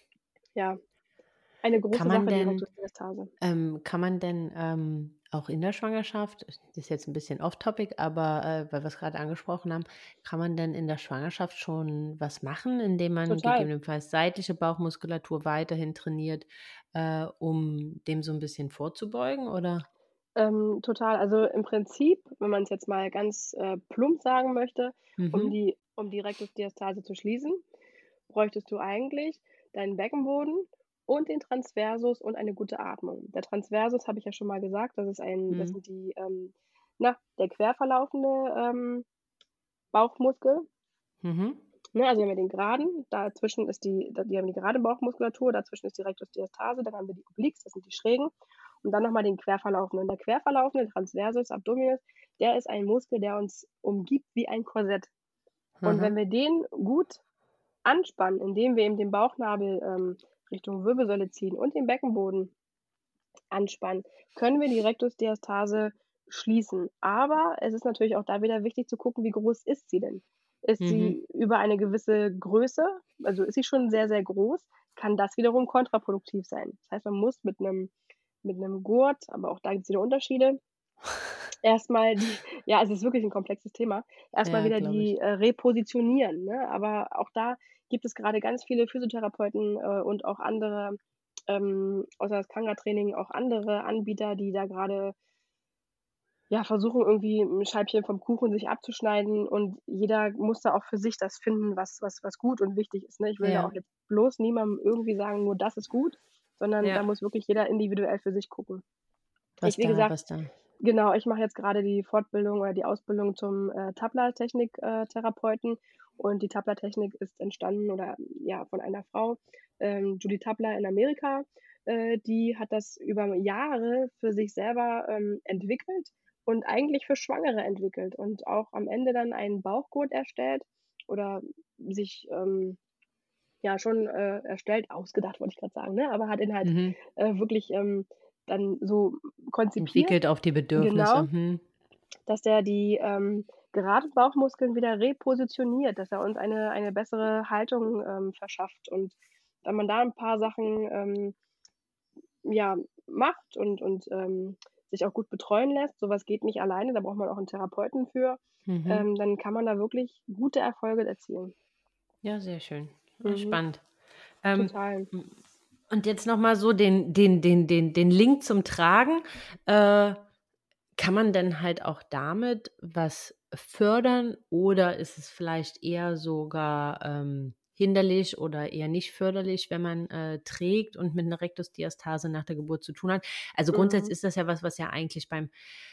ja, eine Kann große man Sache, die denn Rektusdiastase. ähm, kann man denn, ähm, auch in der Schwangerschaft das ist jetzt 'n bisschen off topic, aber, äh, weil wir's grade angesprochen haben, kann man denn in der Schwangerschaft schon was machen, indem man Total. gegebenenfalls seitliche Bauchmuskulatur weiterhin trainiert, äh, um dem so 'n bisschen vorzubeugen, oder? Ähm, total. Also, im Prinzip, wenn man's jetzt mal ganz, äh, plump sagen möchte, um Mhm. die um die Rektusdiastase zu schließen, bräuchtest du eigentlich deinen Beckenboden und den Transversus und eine gute Atmung. Der Transversus habe ich ja schon mal gesagt, das ist ein das Mhm. sind die, ähm na, der quer verlaufende, ähm, Bauchmuskel. Mhm. Ne, also, wir haben ja den geraden, dazwischen ist die da wir haben die gerade Bauchmuskulatur, dazwischen ist die Rektusdiastase, dann haben wir die Obliques, das sind die schrägen, und dann noch mal den quer verlaufenden. Der quer verlaufende Transversus Abdominis, der ist ein Muskel, der uns umgibt wie ein Korsett. Und wenn Aha. wir den gut anspannen, indem wir eben den Bauchnabel, ähm, Richtung Wirbelsäule ziehen und den Beckenboden anspannen, können wir die Rektusdiastase schließen. Aber es ist natürlich auch da wieder wichtig zu gucken, wie groß ist sie denn? Ist Mhm. sie über eine gewisse Größe, also, ist sie schon sehr, sehr groß, kann das wiederum kontraproduktiv sein. Das heißt, man muss mit 'nem mit 'nem Gurt, aber auch da gibt's wieder Unterschiede erst mal die ja, es ist wirklich 'n komplexes Thema, erst mal Ja, wieder glaube ich. die, äh, repositionieren, ne? Aber auch da gibt es grade ganz viele Physiotherapeuten, äh, und auch andere, ähm, außer das Kanga-Training auch andere Anbieter, die da grade ja, versuchen irgendwie 'n Scheibchen vom Kuchen sich abzuschneiden und jeder muss da auch für sich das finden, was was was gut und wichtig ist, ne? Ich will da auch Ja. jetzt bloß niemandem irgendwie sagen: „Nur das ist gut“, sondern da Ja. muss wirklich jeder individuell für sich gucken. Ich Was wie da gesagt was da genau, ich mache jetzt grade die Fortbildung oder die Ausbildung zum, äh, Tapla-Technik äh, Therapeuten und die Tapla-Technik ist entstanden oder ja, von einer Frau, ähm, Judy Tapla in Amerika. Äh, die hat das über Jahre für sich selber, ähm, entwickelt und eigentlich für Schwangere entwickelt und auch am Ende dann einen Bauchgurt erstellt oder sich, ähm, ja, schon, äh, erstellt ausgedacht, wollte ich grad sagen, ne, aber hat ihn halt, Mhm. äh, wirklich, ähm, dann so konzipiert Entwickelt auf die Bedürfnisse, genau, mhm. dass der die, ähm, geraden Bauchmuskeln wieder repositioniert, dass er uns eine eine bessere Haltung, ähm, verschafft. Und wenn man da 'n paar Sachen, ähm, ja, macht und und, ähm, sich auch gut betreuen lässt, so was geht nicht alleine, da braucht man auch 'n Therapeuten für, Mhm. ähm, dann kann man da wirklich gute Erfolge erzielen. Ja, sehr schön. Ah, Mhm. spannend. Ähm, Total. hm, und jetzt noch mal so den den den den den Link zum Tragen. Äh, kann man denn halt auch damit was fördern oder ist es vielleicht eher sogar, ähm, hinderlich oder eher nicht förderlich, wenn man äh, trägt und mit einer Rektusdiastase nach der Geburt zu tun hat. Also Mhm. grundsätzlich ist das ja was, was ja eigentlich beim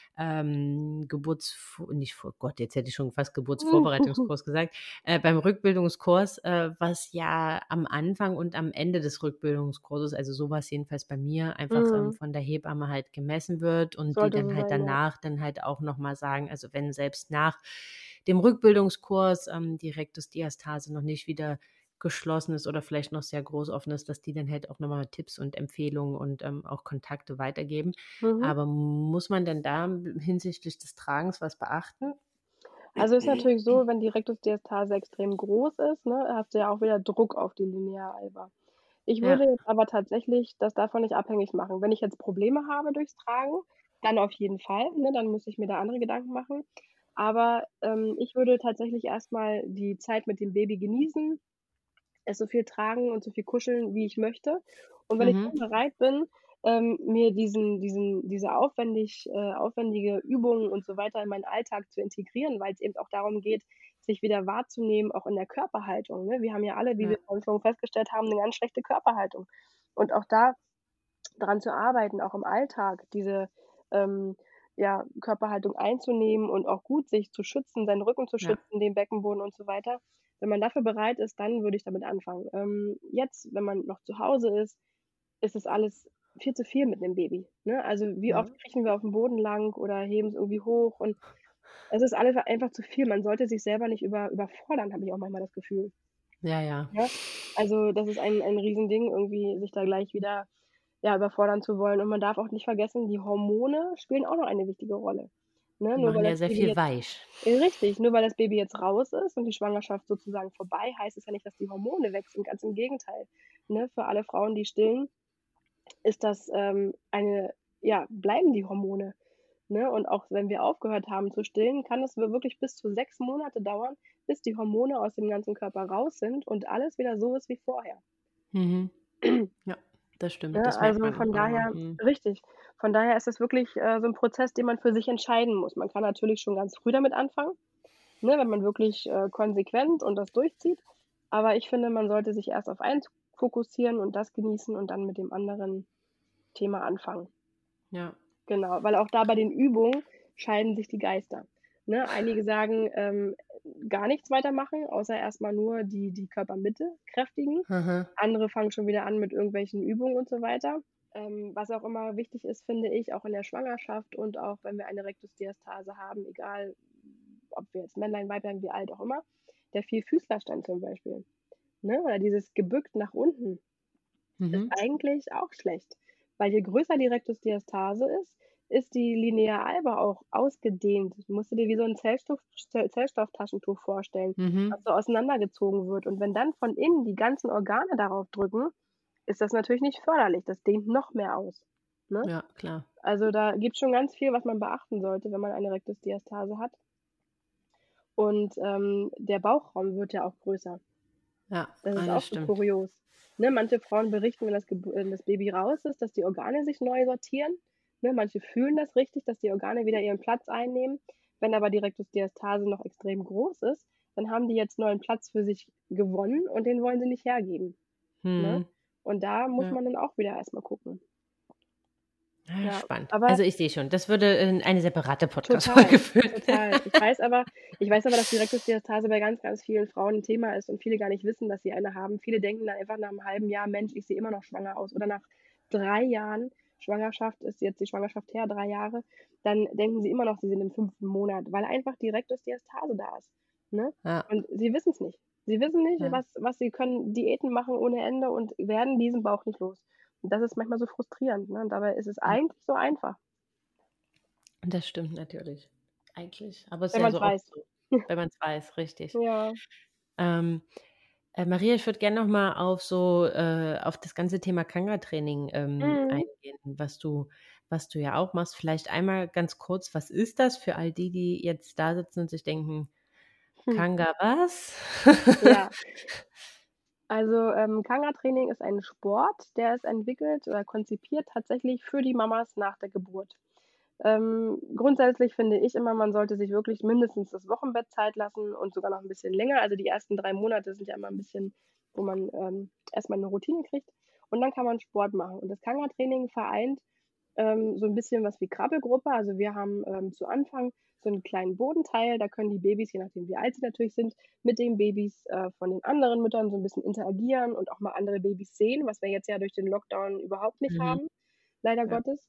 ähm, Geburts nicht vor Gott, jetzt hätte ich schon fast Geburtsvorbereitungskurs gesagt, äh, beim Rückbildungskurs, äh, was ja am Anfang und am Ende des Rückbildungskurses, also so war es jedenfalls bei mir, einfach ähm, Mhm. von der Hebamme halt gemessen wird und die Sollte dann so halt sein, ja. danach dann halt auch nochmal sagen, also wenn selbst nach dem Rückbildungskurs ähm, die Rektusdiastase noch nicht wieder geschlossen ist oder vielleicht noch sehr groß offen ist, dass die dann halt auch nochmal Tipps und Empfehlungen und ähm, auch Kontakte weitergeben. Mhm. Aber muss man denn da hinsichtlich des Tragens was beachten? Also, ist natürlich so, wenn die Rektusdiastase extrem groß ist, ne, hast du ja auch wieder Druck auf die Linearalba. Ich würde Ja. jetzt aber tatsächlich das davon nicht abhängig machen. Wenn ich jetzt Probleme habe durchs Tragen, dann auf jeden Fall, ne, dann muss ich mir da andere Gedanken machen. Aber, ähm, ich würde tatsächlich erst mal die Zeit mit dem Baby genießen, es so viel tragen und so viel kuscheln, wie ich möchte. Und wenn ich Mhm. dann bereit bin, ähm, mir diesen diesen diese aufwendig äh, aufwendige Übungen und so weiter in meinen Alltag zu integrieren, weil's eben auch darum geht, sich wieder wahrzunehmen, auch in der Körperhaltung, ne? Wir haben ja alle, wie wir Ja, vorhin schon festgestellt haben, 'ne ganz schlechte Körperhaltung. Und auch da dran zu arbeiten, auch im Alltag, diese, ähm, ja, Körperhaltung einzunehmen und auch gut sich zu schützen, seinen Rücken zu ja, schützen, den Beckenboden und so weiter. Wenn man dafür bereit ist, dann würde ich damit anfangen. Ähm, jetzt, wenn man noch zu Hause ist, ist es alles viel zu viel mit 'nem Baby, ne? Also, wie ja. oft kriechen wir aufm Boden lang oder heben's irgendwie hoch und es ist alles einfach zu viel. Man sollte sich selber nicht über überfordern, habe ich auch manchmal das Gefühl, Ja, ja. ne? Also, das ist ein ein Riesending, irgendwie sich da gleich wieder, ja, überfordern zu wollen. Und man darf auch nicht vergessen, die Hormone spielen auch noch eine wichtige Rolle, ne? Die Nur weil machen ja das sehr Baby viel jetzt weich. äh, richtig, nur weil das Baby jetzt raus ist und die Schwangerschaft sozusagen vorbei, heißt es ja nicht, dass die Hormone weg sind, ganz im Gegenteil, ne? Für alle Frauen, die stillen, ist das, ähm, eine ja, bleiben die Hormone, ne? Und auch wenn wir aufgehört haben zu stillen, kann es wir wirklich bis zu sechs Monate dauern, bis die Hormone aus dem ganzen Körper raus sind und alles wieder so ist wie vorher. Mhm. Ja, das stimmt. Ne, Das merkt also man auch von nochmal. daher Mhm. richtig. Von daher ist es wirklich, äh, so 'n Prozess, den man für sich entscheiden muss. Man kann natürlich schon ganz früh damit anfangen, ne, wenn man wirklich, äh, konsequent und das durchzieht. Aber ich finde, man sollte sich erst auf eins fokussieren und das genießen und dann mit dem anderen Thema anfangen. Ja. Genau, weil auch da bei den Übungen scheiden sich die Geister, ne? Einige sagen, ähm, gar nichts weitermachen, außer erst mal nur die die Körpermitte kräftigen. Mhm. Andere fangen schon wieder an mit irgendwelchen Übungen und so weiter. Ähm, was auch immer wichtig ist, finde ich, auch in der Schwangerschaft und auch wenn wir eine Rektusdiastase haben, egal ob wir jetzt Männlein, Weiblein, wie alt auch immer, der Vierfüßlerstand zum Beispiel, ne, oder dieses gebückt nach unten ist Mhm. eigentlich auch schlecht, weil je größer die Rektusdiastase ist, ist die Linearalba auch ausgedehnt. Musst du dir wie so 'n Zellstoff Zell Zellstofftaschentuch vorstellen, Mhm. was so auseinandergezogen wird. Und wenn dann von innen die ganzen Organe darauf drücken, ist das natürlich nicht förderlich. Das dehnt noch mehr aus, ne? Ja, klar. Also, da gibt's schon ganz viel, was man beachten sollte, wenn man eine Rektusdiastase hat. Und, ähm, der Bauchraum wird ja auch größer. Ja, Das ist ah, auch das so stimmt. kurios, ne? Manche Frauen berichten, wenn das Geb wenn das Baby raus ist, dass die Organe sich neu sortieren, ne? Manche fühlen das richtig, dass die Organe wieder ihren Platz einnehmen. Wenn aber die Rektusdiastase noch extrem groß ist, dann haben die jetzt neuen Platz für sich gewonnen und den wollen sie nicht hergeben, ne? Mhm. Und da muss Ja. man dann auch wieder erst mal gucken. Ah, Ja, spannend. aber Also, ich sehe schon, das würde in eine separate total, Podcast-Folge führen. total. Ich weiß aber ich weiß aber, dass die Rektusdiastase bei ganz, ganz vielen Frauen 'n Thema ist und viele gar nicht wissen, dass sie eine haben. Viele denken dann einfach nach 'nem halben Jahr: „Mensch, ich sehe immer noch schwanger aus." Oder nach drei Jahren Schwangerschaft ist jetzt die Schwangerschaft her, drei Jahre, dann denken sie immer noch, sie sind im fünften Monat, weil einfach die Rektusdiastase da ist, ne? Ja, Und sie wissen's nicht. Sie wissen nicht, ja. was was sie können Diäten machen ohne Ende und werden diesen Bauch nicht los. Und das ist manchmal so frustrierend, ne? Und dabei ist es Ja, eigentlich so einfach, das stimmt natürlich. Eigentlich. Aber es ist wenn ja man's so oft weiß. so, wenn man's weiß, richtig. Ja. Ähm, äh, Maria, ich würde gerne noch mal auf so äh, auf das ganze Thema Kanga-Training, ähm, Mhm. eingehen, was du was du ja auch machst. Vielleicht einmal ganz kurz, was ist das für all die, die jetzt da sitzen und sich denken: Hm. „Kanga was?“ Ja, also, ähm, Kanga-Training ist ein Sport, der ist entwickelt oder konzipiert tatsächlich für die Mamas nach der Geburt. Ähm, grundsätzlich finde ich immer, man sollte sich wirklich mindestens das Wochenbett Zeit lassen und sogar noch 'n bisschen länger. Also, die ersten drei Monate sind ja immer 'n bisschen, wo man, ähm, erst mal 'ne Routine kriegt und dann kann man Sport machen. Und das Kanga-Training vereint, ähm, so 'n bisschen was wie Krabbelgruppe. Also, wir haben, ähm, zu Anfang so 'n kleinen Bodenteil, da können die Babys, je nachdem wie alt sie natürlich sind, mit den Babys, äh, von den anderen Müttern so 'n bisschen interagieren und auch mal andere Babys sehen, was wir jetzt ja durch den Lockdown überhaupt nicht Mhm. haben, leider Ja. Gottes.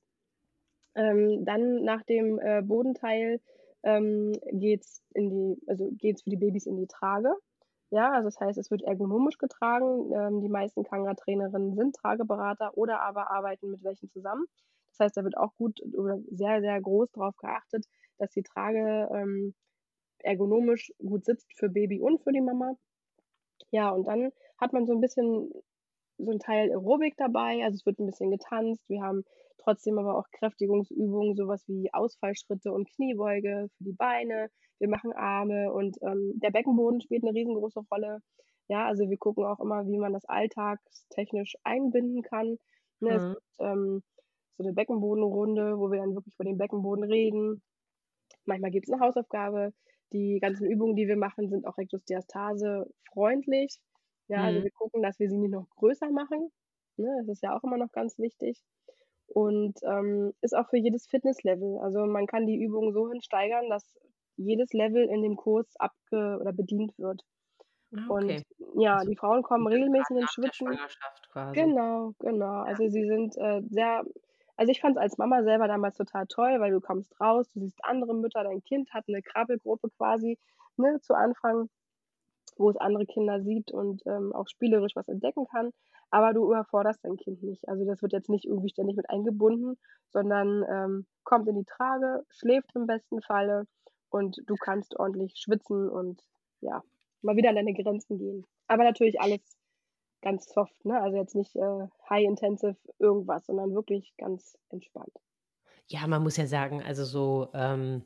Ähm, dann nach dem, äh, Bodenteil, ähm, geht's in die also, geht's für die Babys in die Trage. Ja, also, das heißt, es wird ergonomisch getragen. Ähm, die meisten Kanga-Trainerinnen sind Trageberater oder aber arbeiten mit welchen zusammen. Das heißt, da wird auch gut oder sehr, sehr groß drauf geachtet, dass die Trage, ähm, ergonomisch gut sitzt für Baby und für die Mama. Ja, und dann hat man so 'n bisschen so 'n Teil Aerobic dabei, also, es wird 'n bisschen getanzt. Wir haben trotzdem aber auch Kräftigungsübungen, so was wie Ausfallschritte und Kniebeuge für die Beine. Wir machen Arme und, ähm, der Beckenboden spielt 'ne riesengroße Rolle. Ja, also, wir gucken auch immer, wie man das alltagstechnisch einbinden kann, ne? Es Mhm. gibt, ähm, so 'ne Beckenbodenrunde, wo wir dann wirklich über den Beckenboden reden. Manchmal gibt's 'ne Hausaufgabe. Die ganzen Übungen, die wir machen, sind auch rektusdiastase-freundlich. Ja, also, Mhm. wir gucken, dass wir sie nicht noch größer machen, ne? Das ist ja auch immer noch ganz wichtig und, ähm, ist auch für jedes Fitnesslevel. Also, man kann die Übungen so hin steigern, dass jedes Level in dem Kurs abge oder bedient wird. Ah, Und okay. ja, Also, die Frauen kommen grad regelmäßig ins nach der Schwitzen. Schwangerschaft quasi. Genau, genau. Ja. Also, sie sind, äh, sehr also, ich fand's als Mama selber damals total toll, weil du kommst raus, du siehst andere Mütter, dein Kind hat 'ne Krabbelgruppe quasi, ne, zu Anfang, wo es andere Kinder sieht und, ähm, auch spielerisch was entdecken kann, aber du überforderst dein Kind nicht. Also, das wird jetzt nicht irgendwie ständig mit eingebunden, sondern, ähm, kommt in die Trage, schläft im besten Falle und du kannst ordentlich schwitzen und, ja, mal wieder an deine Grenzen gehen. Aber natürlich alles ganz soft, ne? Also, jetzt nicht, äh, high intensive irgendwas, sondern wirklich ganz entspannt. Ja, man muss ja sagen, also, so, ähm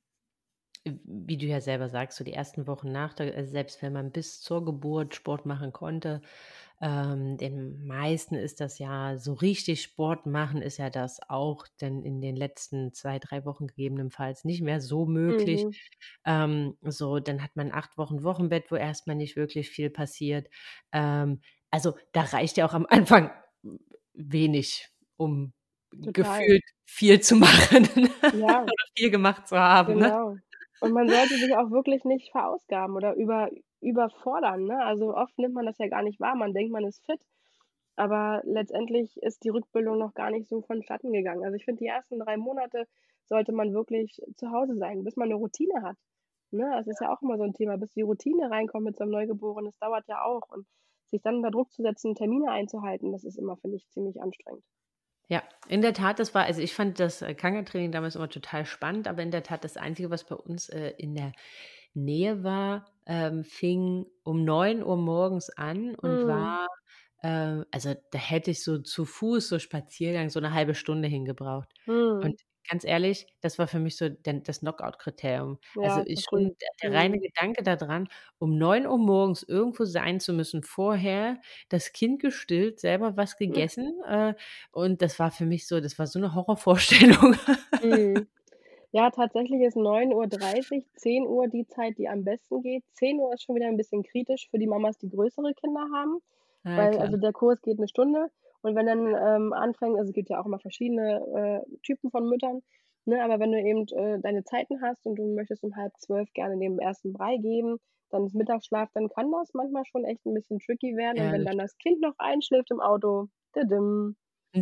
w wie du ja selber sagst, so die ersten Wochen nach der also, selbst wenn man bis zur Geburt Sport machen konnte, ähm, den meisten ist das ja so richtig Sport machen ist ja das auch dann in den letzten zwei, drei Wochen gegebenenfalls nicht mehr so möglich. Mhm. Ähm, so, dann hat man acht Wochen Wochenbett, wo erst mal nicht wirklich viel passiert. Ähm, also, da reicht ja auch am Anfang w wenig, um Total. gefühlt viel zu machen Ja. oder viel gemacht zu haben, ne? Genau. Und man sollte sich auch wirklich nicht verausgaben oder über überfordern, ne? Also, oft nimmt man das ja gar nicht wahr. Man denkt, man ist fit, aber letztendlich ist die Rückbildung noch gar nicht so vonstatten gegangen. Also, ich finde, die ersten drei Monate sollte man wirklich zu Hause sein, bis man 'ne Routine hat, ne? Das ist Ja. ja auch immer so 'n Thema, bis die Routine reinkommt mit so 'nem Neugeborenen, das dauert ja auch und sich dann unter Druck zu setzen, Termine einzuhalten, das ist immer, finde ich, ziemlich anstrengend. Ja, in der Tat, das war also, ich fand das, äh, Kanga-Training damals immer total spannend, aber in der Tat das Einzige, was bei uns, äh, in der Nähe war, ähm, fing um neun Uhr morgens an und Mhm. war äh, also, da hätte ich so zu Fuß, so Spaziergang, so 'ne halbe Stunde hingebraucht. Und Mhm. ganz ehrlich, das war für mich so denn das Knockout-Kriterium. Also, Ja, zu ist früh. schon der der reine Mhm. Gedanke da dran, um neun Uhr morgens irgendwo sein zu müssen, vorher das Kind gestillt, selber was gegessen, äh, und das war für mich so das war so 'ne Horrorvorstellung. Mhm. Ja, tatsächlich ist neun Uhr dreißig, zehn Uhr die Zeit, die am besten geht. zehn Uhr ist schon wieder 'n bisschen kritisch für die Mamas, die größere Kinder haben, Ja, weil klar. also, der Kurs geht 'ne Stunde und wenn dann, ähm, anfängt also, es gibt ja auch immer verschiedene, äh, Typen von Müttern, ne, aber wenn du eben, äh, deine Zeiten hast und du möchtest um halb zwölf gerne den ersten Brei geben, dann ist Mittagsschlaf, dann kann das manchmal schon echt 'n bisschen tricky werden und Ja, wenn das dann stimmt. das Kind noch einschläft im Auto, didim.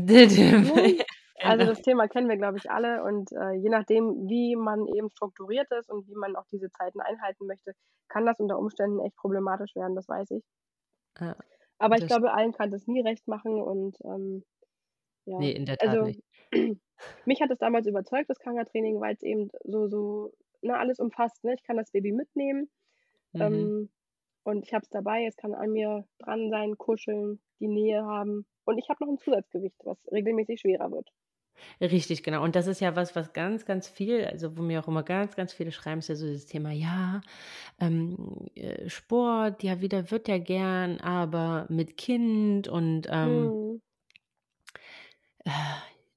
Ne? Ja, Also, genau. das Thema kennen wir, glaube ich, alle und, äh, je nachdem, wie man eben strukturiert ist und wie man auch diese Zeiten einhalten möchte, kann das unter Umständen echt problematisch werden, das weiß ich. Ja, Aber ich das glaube, allen kannst es nie recht machen und, ähm, ja. Ne, in der Tat Also, nicht. mich hat das damals überzeugt, das Kanga-Training, weil's eben so so, ne, alles umfasst, ne? Ich kann das Baby mitnehmen, Mhm. ähm, und ich habe es dabei, es kann an mir dran sein, kuscheln, die Nähe haben und ich habe noch 'n Zusatzgewicht, was regelmäßig schwerer wird. Richtig, genau. Und das ist ja was, was ganz, ganz viel also, wo mir auch immer ganz, ganz viele schreiben, ist ja so dieses Thema: „Ja, ähm, äh, Sport, ja, wieder wird ja gern, aber mit Kind und, ähm“ Mhm.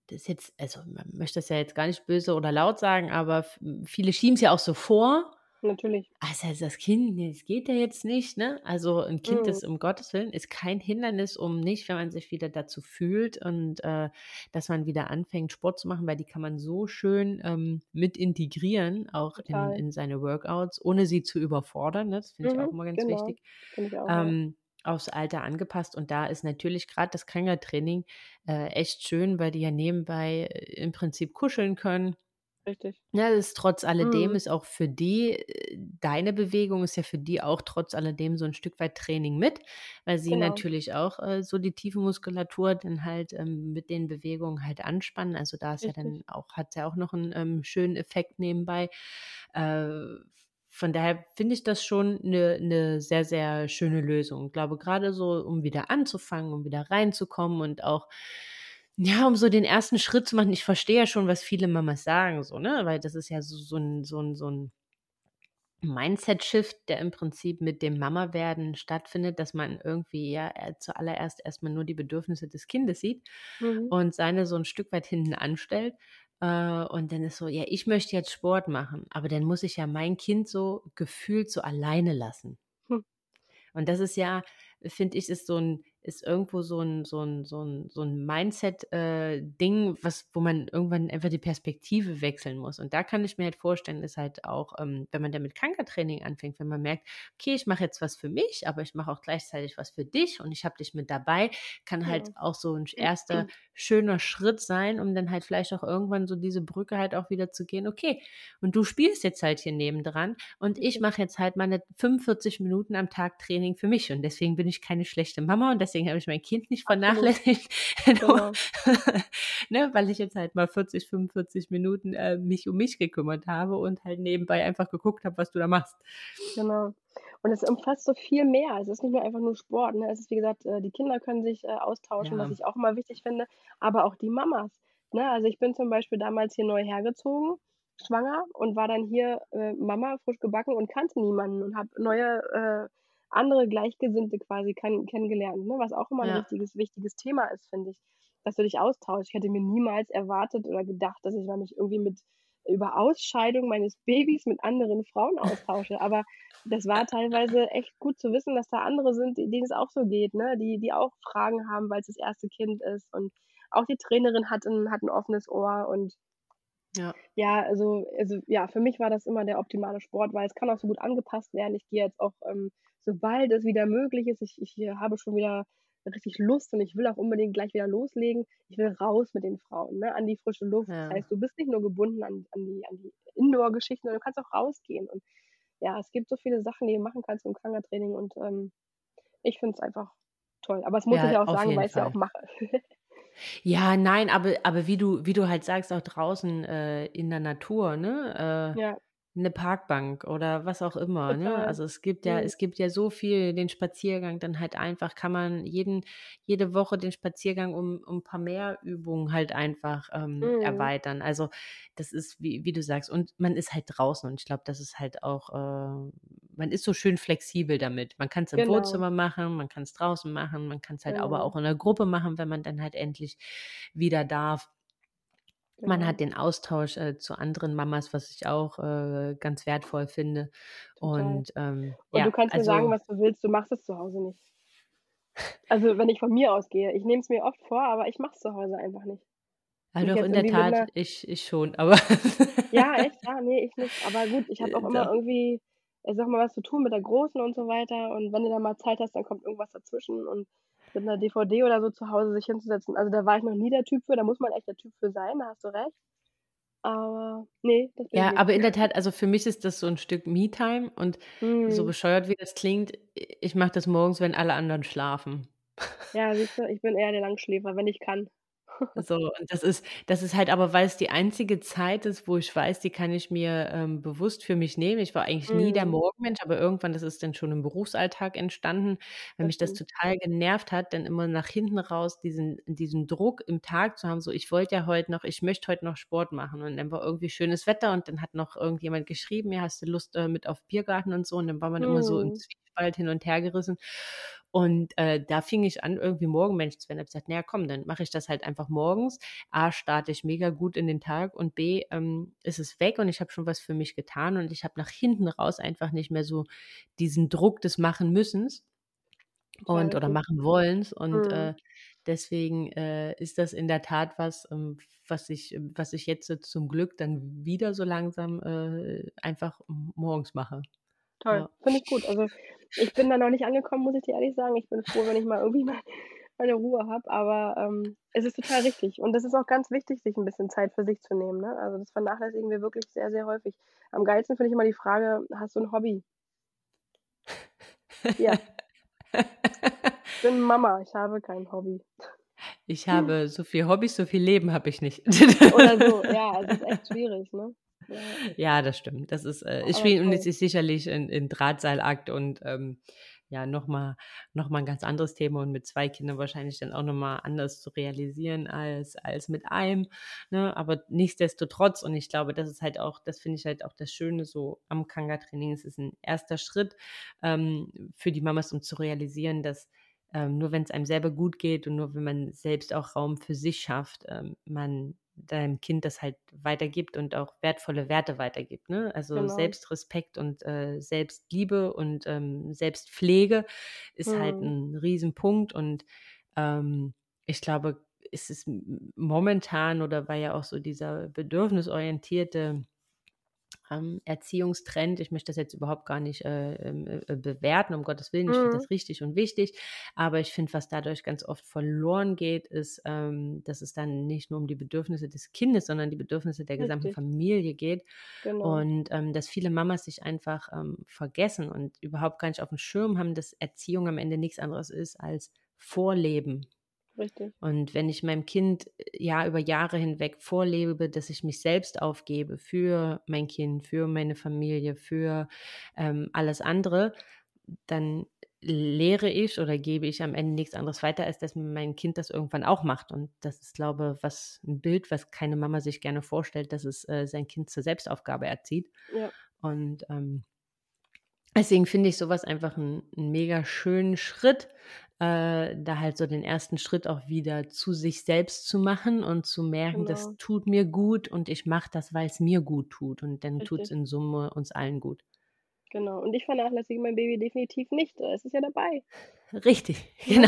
das ist jetzt, also man möchte das ja jetzt gar nicht böse oder laut sagen, aber v viele schieben es ja auch so vor. Natürlich. Also, also das Kind, ne, das geht ja jetzt nicht, ne? Also, 'n Kind Mhm. ist um Gottes Willen ist kein Hindernis, um nicht, wenn man sich wieder dazu fühlt und, äh, dass man wieder anfängt, Sport zu machen, weil die kann man so schön, ähm, mit integrieren, auch in Total. in seine Workouts, ohne sie zu überfordern, ne? Das finde ich auch Mhm. immer ganz Genau. wichtig. Finde ich auch, ja. Ähm, aufs Alter angepasst und da ist natürlich grad das Krangatraining, äh, echt schön, weil die ja nebenbei, äh, im Prinzip kuscheln können. Richtig. Ja, das ist trotz alledem Mhm. ist auch für die äh, deine Bewegung ist ja für die auch trotz alledem so 'n Stück weit Training mit, weil sie Genau. natürlich auch, äh, so die tiefe Muskulatur dann halt, ähm, mit den Bewegungen halt anspannen. Also, da ist ja Richtig. dann auch hat's ja auch noch 'n, ähm, schönen Effekt nebenbei. Äh, von daher finde ich das schon 'ne 'ne sehr, sehr schöne Lösung. Glaube grade so, um wieder anzufangen, um wieder reinzukommen und auch ja, um so den ersten Schritt zu machen. Ich verstehe ja schon, was viele Mamas sagen so, ne, weil das ist ja so so 'n so 'n so 'n Mindset-Shift, der im Prinzip mit dem Mama-Werden stattfindet, dass man irgendwie ja, äh, zuallererst erst mal nur die Bedürfnisse des Kindes sieht Mhm. und seine so 'n Stück weit hinten anstellt. Äh, und dann ist so: „Ja, ich möchte jetzt Sport machen“, aber dann muss ich ja mein Kind so gefühlt so alleine lassen. Hm. Und das ist ja, finde ich, ist so 'n ist irgendwo so 'n so 'n so 'n so 'n Mindset äh, Ding, was wo man irgendwann einfach die Perspektive wechseln muss. Und da kann ich mir halt vorstellen, ist halt auch, ähm, wenn man dann mit Krankentraining anfängt, wenn man merkt: „Okay, ich mache jetzt was für mich, aber ich mache auch gleichzeitig was für dich und ich habe dich mit dabei“, kann halt Ja. auch so 'n sch erster schöner Schritt sein, um dann halt vielleicht auch irgendwann so diese Brücke halt auch wieder zu gehen: „Okay, und du spielst jetzt halt hier nebendran und ich Richtig. mache jetzt halt meine fünfundvierzig Minuten am Tag Training für mich und deswegen bin ich keine schlechte Mama und deswegen habe ich mein Kind nicht Absolut. vernachlässigt, nur Genau. ne, weil ich jetzt halt mal vierzig, fünfundvierzig Minuten, äh, mich um mich gekümmert habe und halt nebenbei einfach geguckt habe, was du da machst.“ Genau. Und es umfasst so viel mehr. Es ist nicht nur einfach nur Sport, ne? Es ist, wie gesagt, äh, die Kinder können sich, äh, austauschen, was Ja. ich auch immer wichtig finde, aber auch die Mamas, ne? Also, ich bin zum Beispiel damals hier neu hergezogen, schwanger und war dann hier, äh, Mama, frisch gebacken und kannte niemanden und habe neue, äh, andere Gleichgesinnte quasi kann kennengelernt, ne? Was auch immer 'n Ja. richtiges, wichtiges Thema ist, finde ich, dass du dich austauschst. Ich hätte mir niemals erwartet oder gedacht, dass ich mal mich irgendwie mit über Ausscheidung meines Babys mit anderen Frauen austausche, aber das war teilweise echt gut zu wissen, dass da andere sind, de denen es auch so geht, ne, die die auch Fragen haben, weil's das erste Kind ist und auch die Trainerin hat 'n hat 'n offenes Ohr und Ja. ja, also also, ja, für mich war das immer der optimale Sport, weil es kann auch so gut angepasst werden. Ich gehe jetzt auch, ähm, sobald es wieder möglich ist ich ich, äh, habe schon wieder richtig Lust und ich will auch unbedingt gleich wieder loslegen. Ich will raus mit den Frauen, ne, an die frische Luft. Das Ja. heißt, du bist nicht nur gebunden an an die an die Indoor-Geschichten, sondern du kannst auch rausgehen und ja, es gibt so viele Sachen, die du machen kannst im Krangatraining und, ähm, ich finde es einfach toll. Aber das muss ich Ja, ja auch auf sagen, jeden weil ich's ja auch Fall. mache. Ja, nein, aber aber wie du wie du halt sagst, auch draußen, äh, in der Natur, ne, äh, Ja. 'ne Parkbank oder was auch immer, ne? Total. Also, es gibt ja Mhm. es gibt ja so viel den Spaziergang dann halt einfach kann man jeden jede Woche den Spaziergang um um 'n paar mehr Übungen halt einfach, ähm, Mhm. erweitern. Also, das ist, wie wie du sagst und man ist halt draußen und ich glaube, das ist halt auch, äh man ist so schön flexibel damit. Man kann's im Genau. Wohnzimmer machen, man kann's draußen machen, man kann's halt aber Genau. auch in 'ner Gruppe machen, wenn man dann halt endlich wieder darf. Man Genau. hat den Austausch, äh, zu anderen Mamas, was ich auch, äh, ganz wertvoll finde. Total. Und, ähm, Und du ja, kannst mir sagen, also was du willst, du machst es zu Hause nicht. Also, wenn ich von mir ausgehe. Ich nehme es mir oft vor, aber ich mache es zu Hause einfach nicht. Ja, Mich doch, jetzt in der irgendwie mit Tat, 'ner ich ich schon, aber Ja, echt? Ja, ne, ich nicht. Aber gut, ich habe auch Äh, immer doch. irgendwie, ich sage mal, was zu tun mit der Großen und so weiter und wenn du dann mal Zeit hast, dann kommt irgendwas dazwischen und mit 'ner DVD oder so zu Hause sich hinzusetzen, also, da war ich noch nie der Typ für, da muss man echt der Typ für sein, da hast du recht. Aber ne, das bin ich Ja, nicht. aber in der Tat, also, für mich ist das so 'n Stück Me-Time und so Mhm. bescheuert, wie das klingt, i ich mache das morgens, wenn alle anderen schlafen. Ja, siehst du, ich bin eher der Langschläfer, wenn ich kann. So, und das ist das ist halt aber weil's die einzige Zeit ist, wo ich weiß, die kann ich mir, ähm, bewusst für mich nehmen. Ich war eigentlich nie der Mhm. Morgenmensch, aber irgendwann das ist dann schon im Berufsalltag entstanden, weil Das mich das stimmt. total genervt hat, dann immer nach hinten raus diesen diesen Druck im Tag zu haben, so: „Ich wollte ja heute noch ich möchte heute noch Sport machen.“ Und dann war irgendwie schönes Wetter und dann hat noch irgendjemand geschrieben: „Ja, hast du Lust, äh, mit auf Biergarten und so?“ Und dann war man immer so im Mhm. Zwiespalt hin und hergerissen. Und äh, da fing ich an, irgendwie Morgenmensch zu werden. Ich habe gesagt, naja, komm, dann mache ich das halt einfach morgens. A, starte ich mega gut in den Tag und B, ähm, ist es weg und ich habe schon was für mich getan und ich habe nach hinten raus einfach nicht mehr so diesen Druck des Machen müssens Total und oder richtig. machen wollens und Mhm. äh, deswegen äh, ist das in der Tat was, ähm, was ich was ich jetzt so zum Glück dann wieder so langsam äh, einfach m morgens mache. Toll, Ja. finde ich gut. Also, ich bin da noch nicht angekommen, muss ich dir ehrlich sagen. Ich bin froh, wenn ich mal irgendwie mal meine Ruhe habe, aber, ähm, es ist total richtig. Und das ist auch ganz wichtig, sich 'n bisschen Zeit für sich zu nehmen, ne? Also, das vernachlässigen wir wirklich sehr, sehr häufig. Am geilsten finde ich immer die Frage: „Hast du 'n Hobby?“ Ja. Ich bin Mama, ich habe kein Hobby. Ich habe so viel Hobbys, so viel Leben habe ich nicht. Oder so, ja, es ist echt schwierig, ne? Ja, Ja, das stimmt. Das ist, äh ist aber schwierig und es toll. ist sicherlich 'n 'n Drahtseilakt und, ähm, ja, noch mal noch mal 'n ganz anderes Thema und mit zwei Kindern wahrscheinlich dann auch noch mal anders zu realisieren als als mit einem, ne? Aber nichtsdestotrotz und ich glaube, das ist halt auch das finde ich halt auch das Schöne so am Kanga-Training. Es ist 'n erster Schritt, ähm, für die Mamas, um zu realisieren, dass, ähm, nur wenn's einem selber gut geht und nur wenn man selbst auch Raum für sich schafft, ähm, man deinem Kind das halt weitergibt und auch wertvolle Werte weitergibt, ne? Also, Genau. Selbstrespekt und, äh, Selbstliebe und, ähm, Selbstpflege ist halt Mhm. 'n Riesenpunkt und, ähm, ich glaube, es ist m m momentan oder war ja auch so dieser bedürfnisorientierte, ähm, Erziehungstrend. Ich möchte das jetzt überhaupt gar nicht, äh, ähm, äh, bewerten, um Gottes Willen. Ich finde Mhm. das richtig und wichtig, aber ich finde, was dadurch ganz oft verloren geht, ist, ähm, dass es dann nicht nur um die Bedürfnisse des Kindes, sondern die Bedürfnisse der gesamten Richtig. Familie geht Genau. und, ähm, dass viele Mamas sich einfach, ähm, vergessen und überhaupt gar nicht aufm Schirm haben, dass Erziehung am Ende nix anderes ist als Vorleben. Richtig. Und wenn ich meinem Kind, ja, über Jahre hinweg vorlebe, dass ich mich selbst aufgebe für mein Kind, für meine Familie, für, ähm, alles andere, dann lehre ich oder gebe ich am Ende nix anderes weiter, als dass mein Kind das irgendwann auch macht. Und das ist, glaube, was 'n Bild, was keine Mama sich gerne vorstellt, dass es, äh, sein Kind zur Selbstaufgabe erzieht. Ja. Und, ähm deswegen finde ich so was einfach 'n 'n mega schönen Schritt, äh, da halt so den ersten Schritt auch wieder zu sich selbst zu machen und zu merken, das Genau. tut mir gut und ich mache das, weil's mir gut tut und dann tut's Richtig. in Summe uns allen gut. Genau. Und ich vernachlässige mein Baby definitiv nicht. Es ist ja dabei. Richtig, Ne? genau.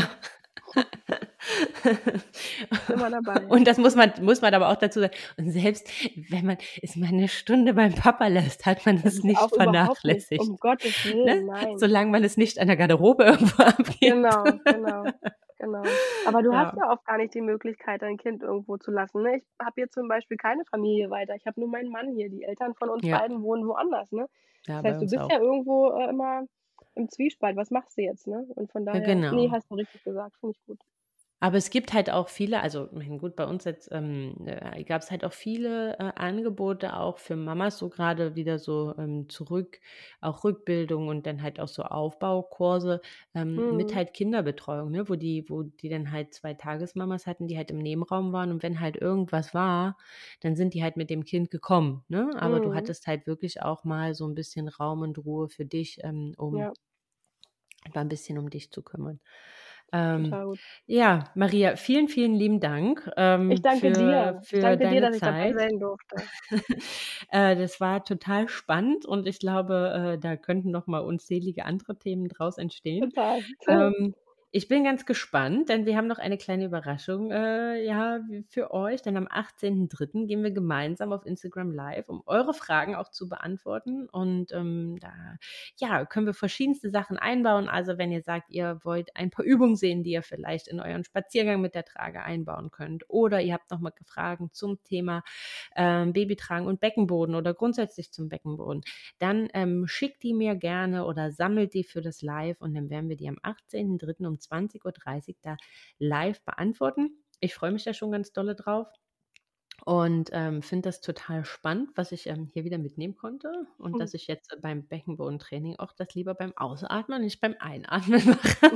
Ist immer dabei. Und das muss man muss man aber auch dazu sagen. Und selbst wenn man es mal 'ne Stunde beim Papa lässt, hat man Das es ist auch nicht überhaupt nicht vernachlässigt, um Gottes ne? Willen, nein. Solange man es nicht an der Garderobe irgendwo abgibt. Genau, genau, genau. Aber du hast Ja. ja oft gar nicht die Möglichkeit, dein Kind irgendwo zu lassen, ne? Ich habe hier zum Beispiel keine Familie weiter. Ich habe nur meinen Mann hier. Die Eltern von uns Ja. beiden wohnen woanders, ne? Ja, Das bei heißt, du uns bist auch. ja irgendwo, äh, immer im Zwiespalt. Was machst du jetzt, ne? Und von Ja, daher ne, genau. hast du richtig gesagt, finde ich gut. Aber es gibt halt auch viele also, meine gut, bei uns jetzt, ähm, äh, gab's halt auch viele, äh, Angebote auch für Mamas, so grade wieder so, ähm, zurück auch Rückbildung und dann halt auch so Aufbaukurse, ähm, mit Mhm. halt Kinderbetreuung, ne, wo die wo die dann halt zwei Tagesmamas hatten, die halt im Nebenraum waren und wenn halt irgendwas war, dann sind die halt mit dem Kind gekommen, ne? Aber du Mhm. hattest halt wirklich auch mal so 'n bisschen Raum und Ruhe für dich, ähm, um Ja. da 'n bisschen um dich zu kümmern. Ähm, Total gut. ja, Maria, vielen, vielen lieben Dank, Ich ähm, danke für dir. Ich für danke dir, deine dass ich dabei Zeit. sein durfte. Äh, das war total spannend und ich glaube, äh, da könnten noch mal unzählige andere Themen draus entstehen. Total. Ähm, ich bin ganz gespannt, denn wir haben noch eine kleine Überraschung, äh, ja, w für euch, denn am achtzehnten dritten gehen wir gemeinsam auf Instagram live, um eure Fragen auch zu beantworten und, ähm, da, ja, können wir verschiedenste Sachen einbauen. Also, wenn ihr sagt, ihr wollt ein paar Übungen sehen, die ihr vielleicht in euren Spaziergang mit der Trage einbauen könnt oder ihr habt noch mal Fragen zum Thema, ähm, Babytragen und Beckenboden oder grundsätzlich zum Beckenboden, dann, ähm, schickt die mir gerne oder sammelt die für das Live und dann werden wir die am achtzehnten dritten um zwanzig Uhr dreißig da live beantworten. Ich freue mich da schon ganz dolle drauf und, ähm, finde das total spannend, was ich, ähm, hier wieder mitnehmen konnte und dass ich jetzt beim Beckenbodentraining auch das lieber beim Ausatmen, nicht beim Einatmen mache.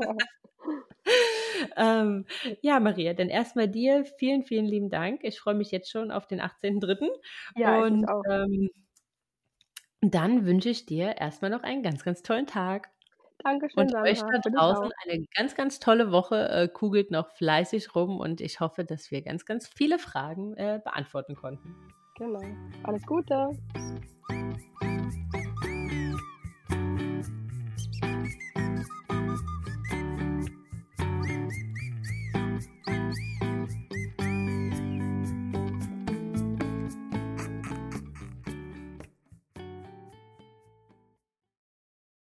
Ähm, ja, Maria, dann erst mal dir vielen, vielen lieben Dank. Ich freue mich jetzt schon auf den achtzehnten dritten Ja, ich mich und, auch. ähm, dann wünsche ich dir erst mal noch einen ganz, ganz tollen Tag. Dankeschön, Und euch Sandra, da für dich draußen auch. eine ganz, ganz tolle Woche. Äh, kugelt noch fleißig rum und ich hoffe, dass wir ganz, ganz viele Fragen, äh, beantworten konnten. Genau. Alles Gute.